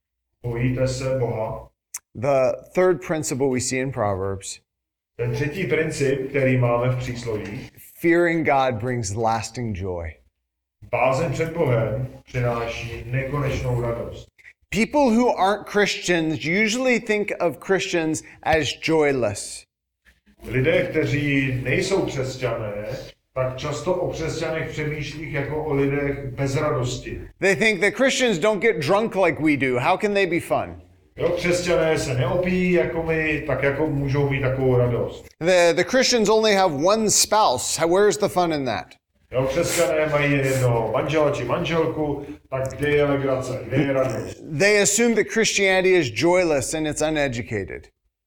Bojíte se Boha. The third principle we see in Proverbs, Ten třetí princip, který máme v přísloví, fearing God brings lasting joy. bázeň před Bohem přináší nekonečnou radost. People who aren't Christians usually think of Christians as joyless. Lidé, kteří nejsou křesťané, tak často o křesťanech přemýšlí jako o lidech bez radosti. They think that Christians don't get drunk like we do. How can they be fun? Jo, křesťané se neopíjí jako my, tak jako můžou mít takovou radost. The, the Christians only have one spouse. Where's the fun in that? Jo, křesťané mají jen jednoho manžela či manželku, tak kde je legrace, kde je radost? They assume that Christianity is joyless and it's uneducated.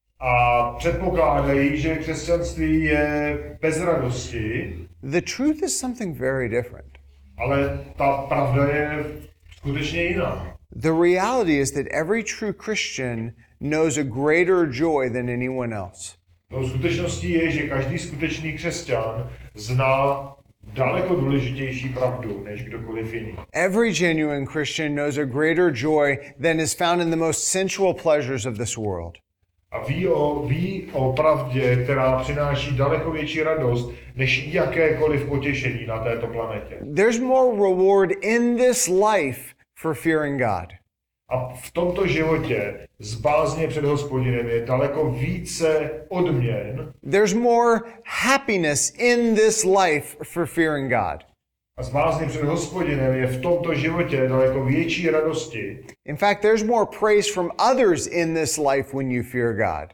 A předpokládají, že křesťanství je bez radosti, The truth is something very different. ale ta pravda je skutečně jiná. The reality is that every true Christian knows a greater joy than anyone else. Tou skutečností je, že každý skutečný křesťan zná daleko důležitější pravdu než kdokoliv jiný. Every genuine Christian knows a greater joy than is found in the most sensual pleasures of this world. A ví o, ví o pravdě, která přináší daleko větší radost než jakékoliv potěšení na této planetě. There's more reward in this life for fearing God. A v tomto životě z bázně před Hospodinem je daleko více odměn There's more happiness in this life for fearing God. a z bázně před Hospodinem je v tomto životě daleko větší radosti. In fact, there's more praise from others in this life when you fear God.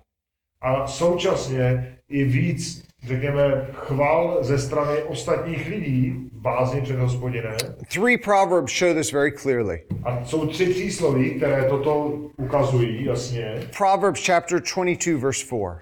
A současně i víc, řekněme, chval ze strany ostatních lidí v bázni před Hospodinem. Three proverbs show this very clearly. A jsou tři přísloví, které toto ukazují jasně. Proverbs chapter twenty-two, verse four.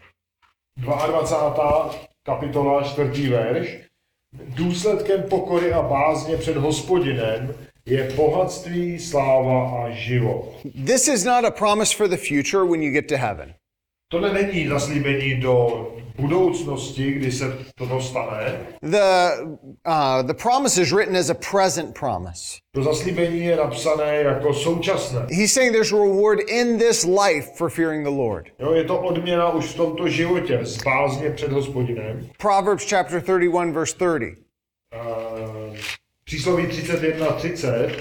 dvacátá druhá kapitola, čtvrtý verš. Důsledkem pokory a bázně před Hospodinem je bohatství, sláva a život. This is not a promise for the future when you get to heaven. Tohle není zaslíbení do budoucnosti, kdy se toto stane. The, uh, the promise is written as a present promise. To zaslíbení je napsané jako současné. He's saying there's reward in this life for fearing the Lord. Jo, je to odměna už v tomto životě, z bázně před Hospodinem. Proverbs chapter thirty-one, verse thirty. Uh, přísloví třicet jedna třicet.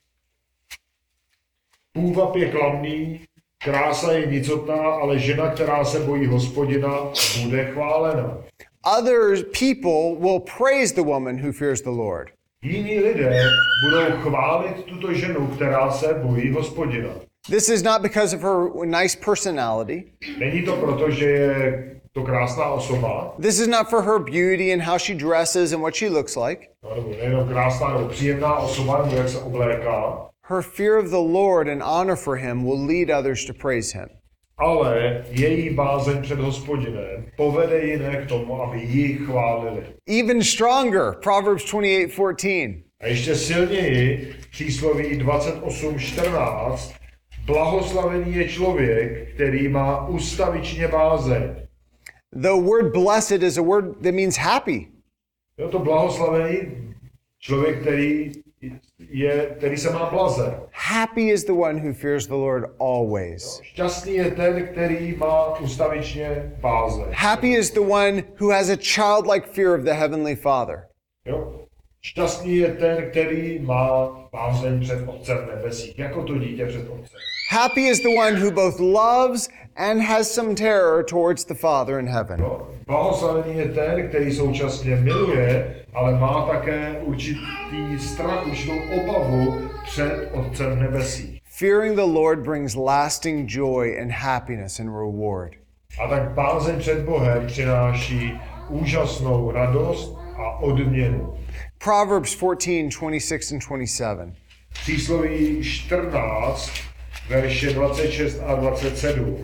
Půvab je klamný, krása je nicotná, ale žena, která se bojí Hospodina, bude chválena. Other people will praise the woman who fears the Lord. Jiní lidé budou chválit tuto ženu, která se bojí Hospodina. This is not because of her nice personality. Není to proto, že je to krásná osoba. This is not for her beauty and how she dresses and what she looks like. No, nebo nejenom krásná nebo příjemná osoba, nebo jak se obléká. Her fear of the Lord and honor for him will lead others to praise him. Ale její bázeň před Hospodinem povede jiné k tomu, aby ji chválili. Even stronger, Proverbs twenty-eight fourteen. A ještě silněji, přísloví dvacet osm čtrnáct, blahoslavený je člověk, který má ustavičně bázeň. The word blessed is a word that means happy. Jo, to blahoslavený člověk, který je, který se má blaze. Happy is the one who fears the Lord always. Šťastný je ten, který má ustavičně bázeň. Happy is the one who has a childlike fear of the heavenly Father. Jo? Šťastný je ten, který má bázeň před Otcem nebesích, jako to dítě před Otcem. Happy is the one who both loves and has some terror towards the Father in heaven. Jo? Blahoslavený je ten, který současně miluje, ale má také určitý strach, určitou obavu před Otcem nebesích. Fearing the Lord brings lasting joy and happiness and reward. A tak bázeň před Bohem přináší úžasnou radost a odměnu. Proverbs fourteen twenty-six and twenty-seven. Přísloví čtrnáct, verše dvacet šest a dvacet sedm.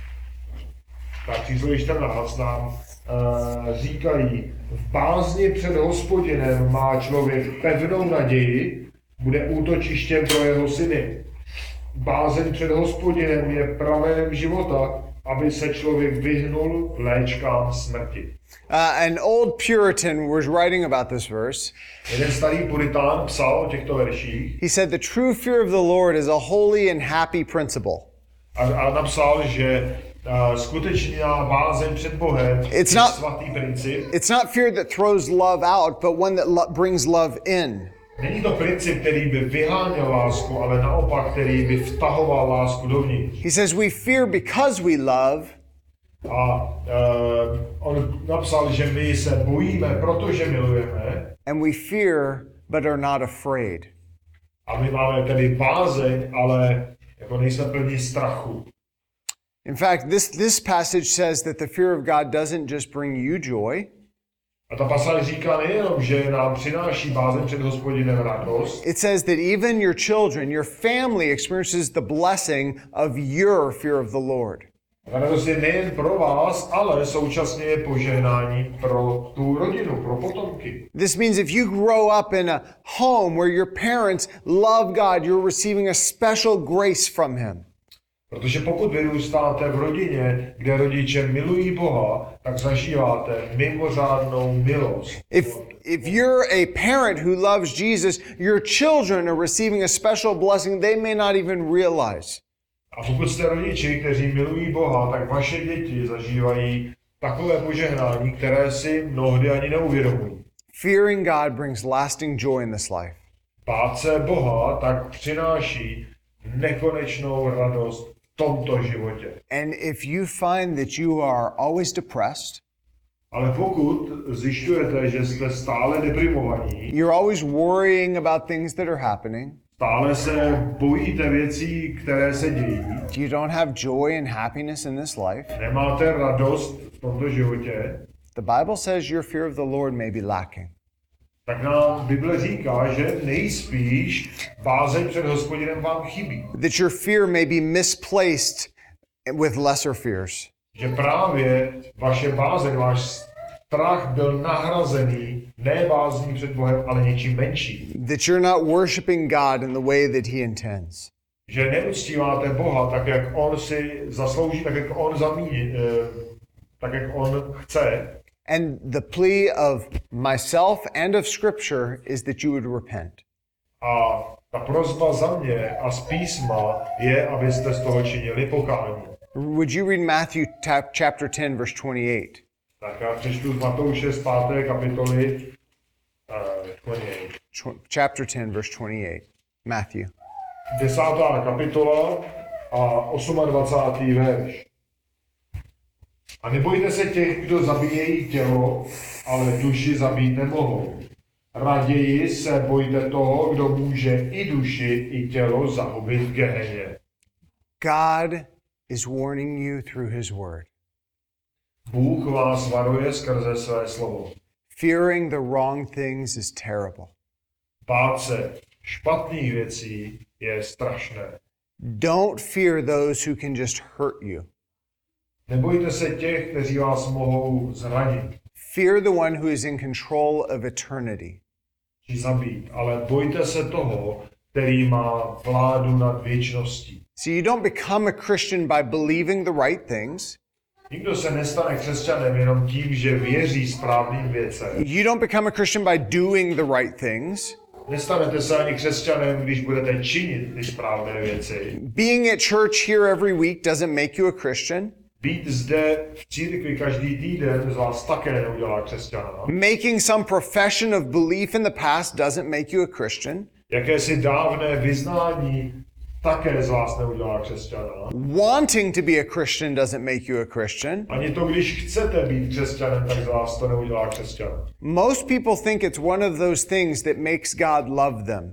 Tak přísloví čtrnáct nám uh, říkají, v bázni před Hospodinem má člověk pevnou naději, bude útočištěm pro jeho syny. Bázeň před Hospodinem je pramenem života, aby se člověk vyhnul léčkám smrti. Uh, an old Puritan was writing about this verse. Jeden starý puritán psal o těchto verších. He said, the true fear of the Lord is a holy and happy principle. A, a napsal, že uh, skutečná bázeň před Bohem It's je not- svatý princip. It's not fear that throws love out, but one that lo- brings love in. Není to princip, který by vyháněl lásku, ale naopak, který by vtahoval lásku dovnitř. He says, we fear because we love, A uh, on napsal, že my se bojíme, protože milujeme, and we fear but are not afraid. a my máme tedy bázeň, ale jako nejsme plní strachu. In fact, this, this passage says that the fear of God doesn't just bring you joy, A ta pasáž říká nejenom, že nám přináší bázeň před Hospodinem radost, it says that even your children, your family experiences the blessing of your fear of the Lord. ta radost je nejen pro vás, ale současně je požehnání pro tu rodinu, pro potomky. This means if you grow up in a home where your parents love God, you're receiving a special grace from Him. Protože pokud vyrůstáte v rodině, kde rodiče milují Boha, tak zažíváte mimořádnou milost. If, if you're a parent who loves Jesus, your children are receiving a special blessing they may not even realize. A pokud jste rodiči, kteří milují Boha, tak vaše děti zažívají takové požehnání, které si mnohdy ani neuvědomují. Fearing God brings lasting joy in this life. Bát se Boha tak přináší nekonečnou radost v tomto životě. And if you find that you are always depressed, Ale pokud zjišťujete, že jste stále deprimovaní, you're always worrying about things that are happening, stále se bojíte věcí, které se dějí, you don't have joy and happiness in this life, nemáte radost v tomto životě, the Bible says your fear of the Lord may be lacking. tak nám Bible říká, že nejspíš bázeň před Hospodinem vám chybí. That your fear may be misplaced with lesser fears. Že právě vaše bázeň, váš strach byl nahrazený ne bázní před Bohem, ale něčím menším. That you're not worshiping God in the way that He intends. že neuctíváte Boha tak, jak on si zaslouží, tak, jak on zamíní, tak, jak on chce. And the plea of myself and of Scripture is that you would repent. A ta prosba za mě a z písma je, abyste z toho činili pokání. Would you read Matthew chapter ten, verse twenty-eight? Tak já přečtu z Matouše z páté kapitoly uh, dvacet osm. Chapter ten, verse twenty-eight. Matthew. Desátá kapitola a dvacátý osmý verš. A nebojte se těch, kdo zabíjejí tělo, ale duši zabít nemohou. Raději se bojte toho, kdo může i duši, i tělo zahubit v Geheně. God is warning you through his word. Bůh vás varuje skrze své slovo. Fearing the wrong things is terrible. Bát se špatných věcí je strašné. Don't fear those who can just hurt you. Nebojte se těch, kteří vás mohou zranit. Fear the one who is in control of eternity. Či zabít, ale bojte se toho, který má vládu nad věčností. So you don't become a Christian by believing the right things. Nikdo se nestane křesťanem jenom tím, že věří správným věcem. You don't become a Christian by doing the right things. Nestanete se ani křesťanem, když budete činit ty správné věci. Being at church here every week doesn't make you a Christian. Být zde v církvi každý týden z vás také neudělá křesťana. Making some profession of belief in the past doesn't make you a Christian. Jakési dávné vyznání také z vás neudělá křesťana. Wanting to be a Christian doesn't make you a Christian. Ani to, když chcete být křesťanem, tak z vás to neudělá křesťana. Most people think it's one of those things that makes God love them.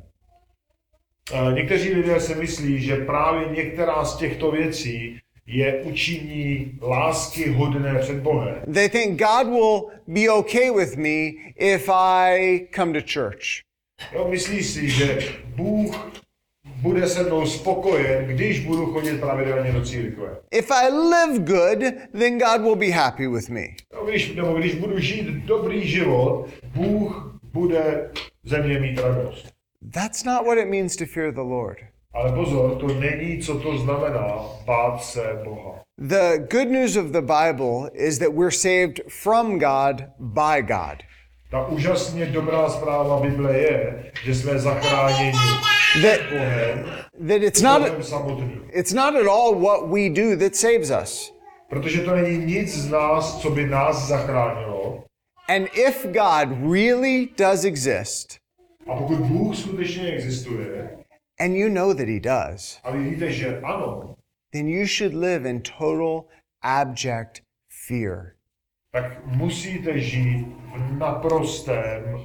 Někteří lidé si myslí, že právě některá z těchto věcí je učiní lásky hodné před Bohem. They think God will be okay with me if I come to church. Jo, myslí si, že Bůh bude se mnou spokojen, když budu chodit pravidelně do církve. If I live good, then God will be happy with me. Jo, když, nebo když budu žít dobrý život, Bůh bude ze mě mít radost. That's not what it means to fear the Lord. Ale pozor, to není, co to znamená bát se Boha. The good news of the Bible is that we're saved from God by God. Ta úžasně dobrá zpráva Bible je, že jsme zachráněni That, Bohem, that it's not Bohem samotným. it's not at all what we do that saves us. Protože to není nic z nás, co by nás zachránilo. And if God really does exist, A pokud Bůh skutečně existuje, and you know that he does, a vy víte, že ano, then you should live in total abject fear. tak musíte žít v naprostém,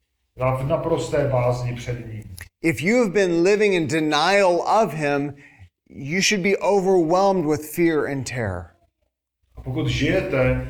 v naprosté bázni před ním. If you have been living in denial of him, you should be overwhelmed with fear and terror. A pokud žijete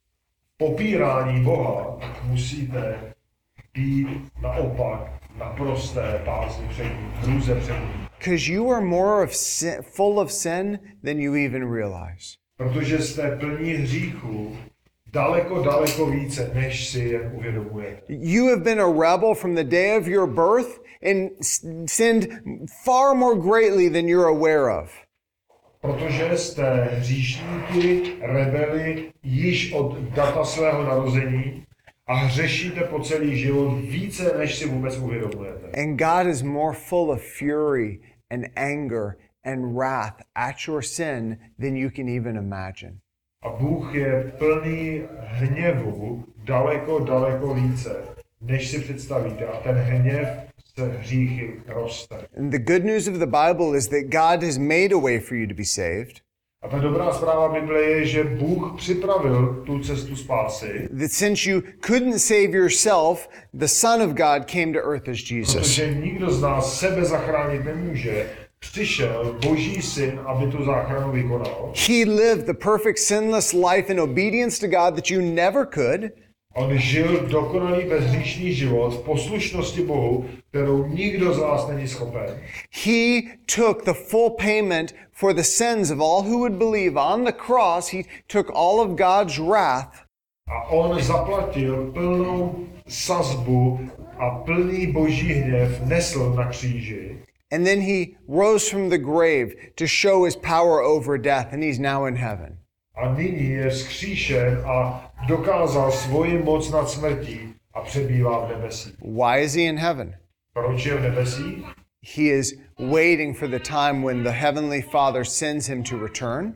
popírání Boha, tak musíte být naopak naprosté bázni před ním, hrůze před ním. Because you are more of sin, full of sin than you even realize. Protože jste plní hříchů daleko, daleko více, než si jen uvědomujete. You have been a rebel from the day of your birth and sinned far more greatly than you're aware of. Protože jste hříšníky, rebeli již od data svého narození a hřešíte po celý život více, než si vůbec uvědomujete. And God is more full of fury and anger and wrath at your sin than you can even imagine. A Bůh je plný hněvu daleko, daleko více, než si představíte. A ten hněv se hříchy roste. And the good news of the Bible is that God has made a way for you to be saved. A ta dobrá zpráva Bible je, že Bůh připravil tu cestu spásy. That since you couldn't save yourself, the Son of God came to earth as Jesus. Protože nikdo z nás sebe zachránit nemůže. Přišel Boží syn, aby tu záchranu vykonal. He lived the perfect sinless life in obedience to God that you never could. On žil dokonalý bezhříšný život v poslušnosti Bohu, kterou nikdo z vás není schopen. He took the full payment for the sins of all who would believe. On the cross, he took all of God's wrath. A on zaplatil plnou sazbu a plný Boží hněv nesl na kříži. And then he rose from the grave to show his power over death, and he's now in heaven. A nyní je vzkříšen a dokázal svoji moc nad smrtí a přebývá v nebesích. Why is he in heaven? Proč je v nebesích? He is waiting for the time when the Heavenly Father sends him to return.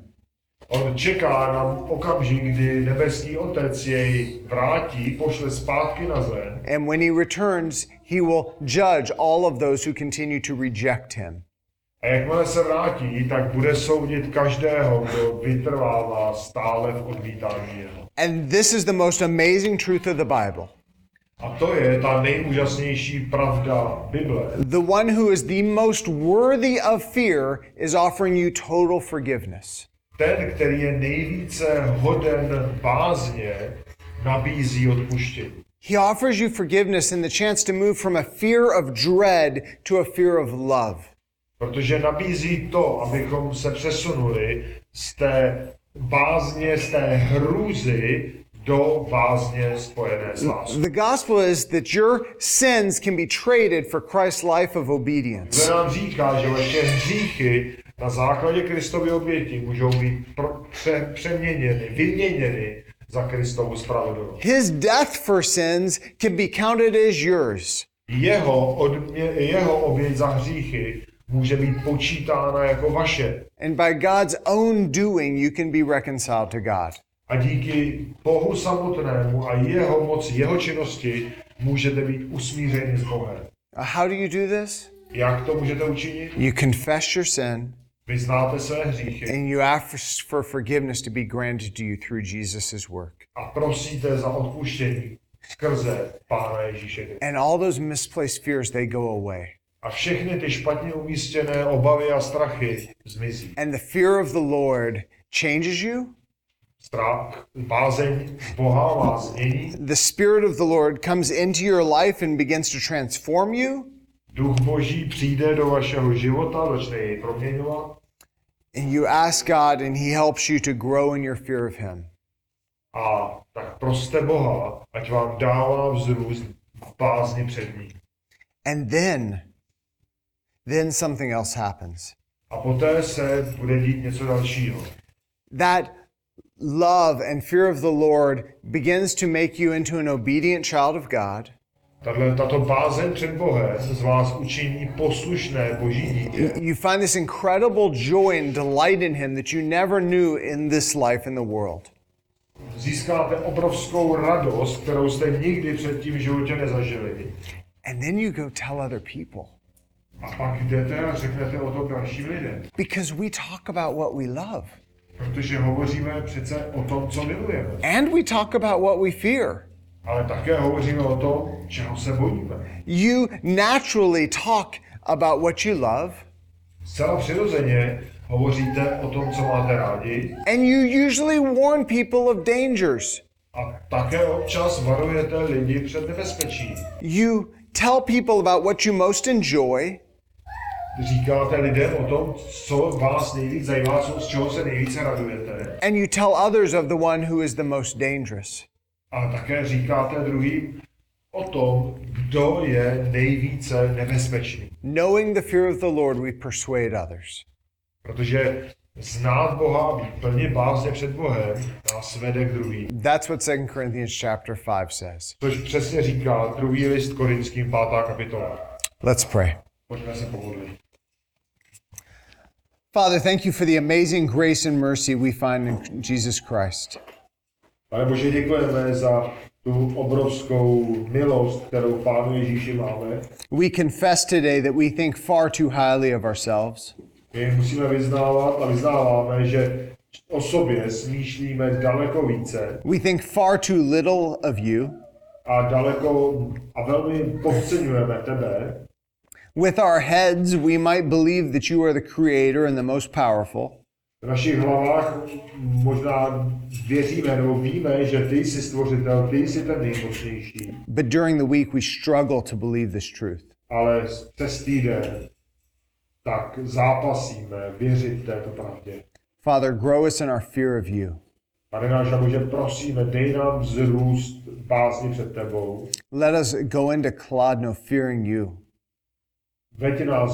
On čeká na okamžik, kdy nebeský Otec jej vrátí, pošle zpátky na zem. And when he returns, he will judge all of those who continue to reject him. A jakmile se vrátí, tak bude soudit každého, kdo vytrvává stále v odmítání jeho. And this is the most amazing truth of the Bible. A to je ta nejúžasnější pravda Bible. The one who is the most worthy of fear is offering you total forgiveness. Ten, který je nejvíce hoden bázně, nabízí odpuštění. He offers you forgiveness and the chance to move from a fear of dread to a fear of love. Protože nabízí to, abychom se přesunuli z té bázně, z té hrůzy do bázně spojené s láskou. The gospel is that your sins can be traded for Christ's life of obedience. To nám říká, že vaše hříchy na základě Kristovy oběti můžou být pro, pře, přeměněny, vyměněny za Kristovu spravedlnost. His death for sins can be counted as yours. Jeho, odmě, jeho oběť za hříchy může být počítána jako vaše. And by God's own doing, you can be reconciled to God. A díky Bohu samotnému a jeho moci, jeho činnosti můžete být usmířeni s Bohem. How do you do this? Jak to můžete učinit? You confess your sin Vyznáte své hříchy and you ask for forgiveness to be granted to you through Jesus' work. a prosíte za odpuštění skrze Pána Ježíše. And all those misplaced fears, they go away. A všechny ty špatně umístěné obavy a strachy zmizí. And the fear of the Lord changes you. Strach, bázeň Boha vás změní. The Spirit of the Lord comes into your life and begins to transform you. Duch Boží přijde do vašeho života, začne jej proměňovat. And you ask God and he helps you to grow in your fear of him. A tak proste Boha, ať vám dává vzrůst v bázni před ním. And then, then something else happens. A poté se bude dít něco dalšího. That love and fear of the Lord begins to make you into an obedient child of God. Tato, tato bázeň před Bohem z vás učiní poslušné Boží dítě. You find this incredible joy and delight in him that you never knew in this life in the world. Získáte obrovskou radost, kterou jste nikdy předtím v životě nezažili. And then you go tell other people. A pak jdete a řeknete o tom dalším lidem. Because we talk about what we love. Protože hovoříme přece o tom, co milujeme. And we talk about what we fear. Ale také hovoříme o tom, čeho se bojíme. You naturally talk about what you love. Zcela přirozeně hovoříte o tom, co máte rádi. And you usually warn people of dangers. A také občas varujete lidi před nebezpečí. You tell people about what you most enjoy. Říkáte lidem o tom, co vás nejvíc zajímá, co, z čeho se nejvíce radujete. And you tell others of the one who is the most dangerous. A také říkáte druhým o tom, kdo je nejvíce nebezpečný. Knowing the fear of the Lord, we persuade others. Protože znát Boha a být plně bázně před Bohem nás vede k druhým. That's what Second Corinthians chapter five says. Což přesně říká druhý list Korinským, pátá kapitola. Let's pray. Pojďme se pomodlit. Father, thank you for the amazing grace and mercy we find in Jesus Christ. Pane Bože, děkujeme za tu obrovskou milost, kterou v Pánu Ježíši máme. We confess today that we think far too highly of ourselves. My musíme vyznávat a vyznáváme, že o sobě smýšlíme daleko více We think far too little of you. a daleko a velmi podceňujeme tebe. With our heads, we might believe that you are the creator and the most powerful. V našich hlavách možná věříme nebo víme, že ty jsi stvořitel, ty jsi ten nejmocnější. But during the week, we struggle to believe this truth. Ale přes týden tak zápasíme věřit této pravdě. Father, grow us in our fear of you. Pane náš Bože, prosíme, dej nám vzrůst bázni před tebou. Let us go into Kladno fearing you. Veď nás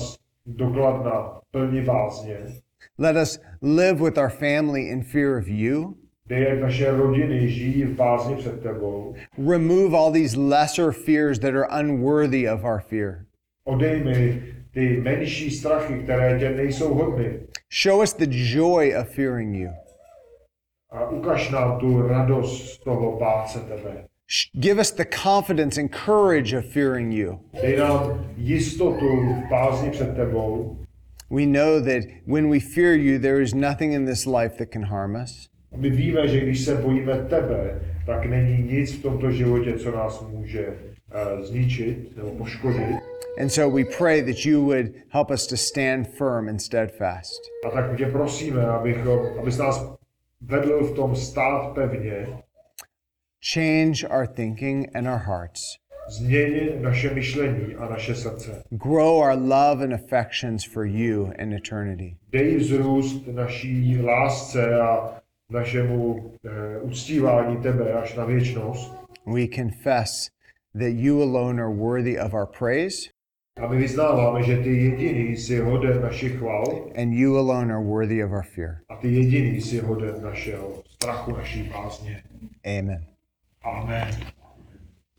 dokladna, plní bázně. Let us live with our family in fear of you. Dej, ať naše rodiny žijí v bázni před tebou. Remove all these lesser fears that are unworthy of our fear. Odej mi ty menší strachy, které tě nejsou hodny. Show us the joy of fearing you. A ukaž nám tu radost z toho bát se tebe. Give us the confidence and courage of fearing you. Dej nám jistotu v bázni před tebou. We know that when we fear you, there is nothing in this life that can harm us. My víme, že když se bojíme tebe, tak není nic v tomto životě, co nás může uh, zničit nebo poškodit. And so we pray that you would help us to stand firm and steadfast. A tak tě prosíme, abychom, abys nás vedl v tom stát pevně. Change our thinking and our hearts. Změň naše myšlení a naše srdce. Grow our love and affections for you in eternity. Dej vzrůst naší lásce a našemu uh, uctívání tebe až na věčnost. We confess that you alone are worthy of our praise. A my vyznáváme, že ty jediný jsi hoden našich chval. And you alone are worthy of our fear. A ty jediný jsi hoden našeho strachu, naší bázně. Amen. Amen.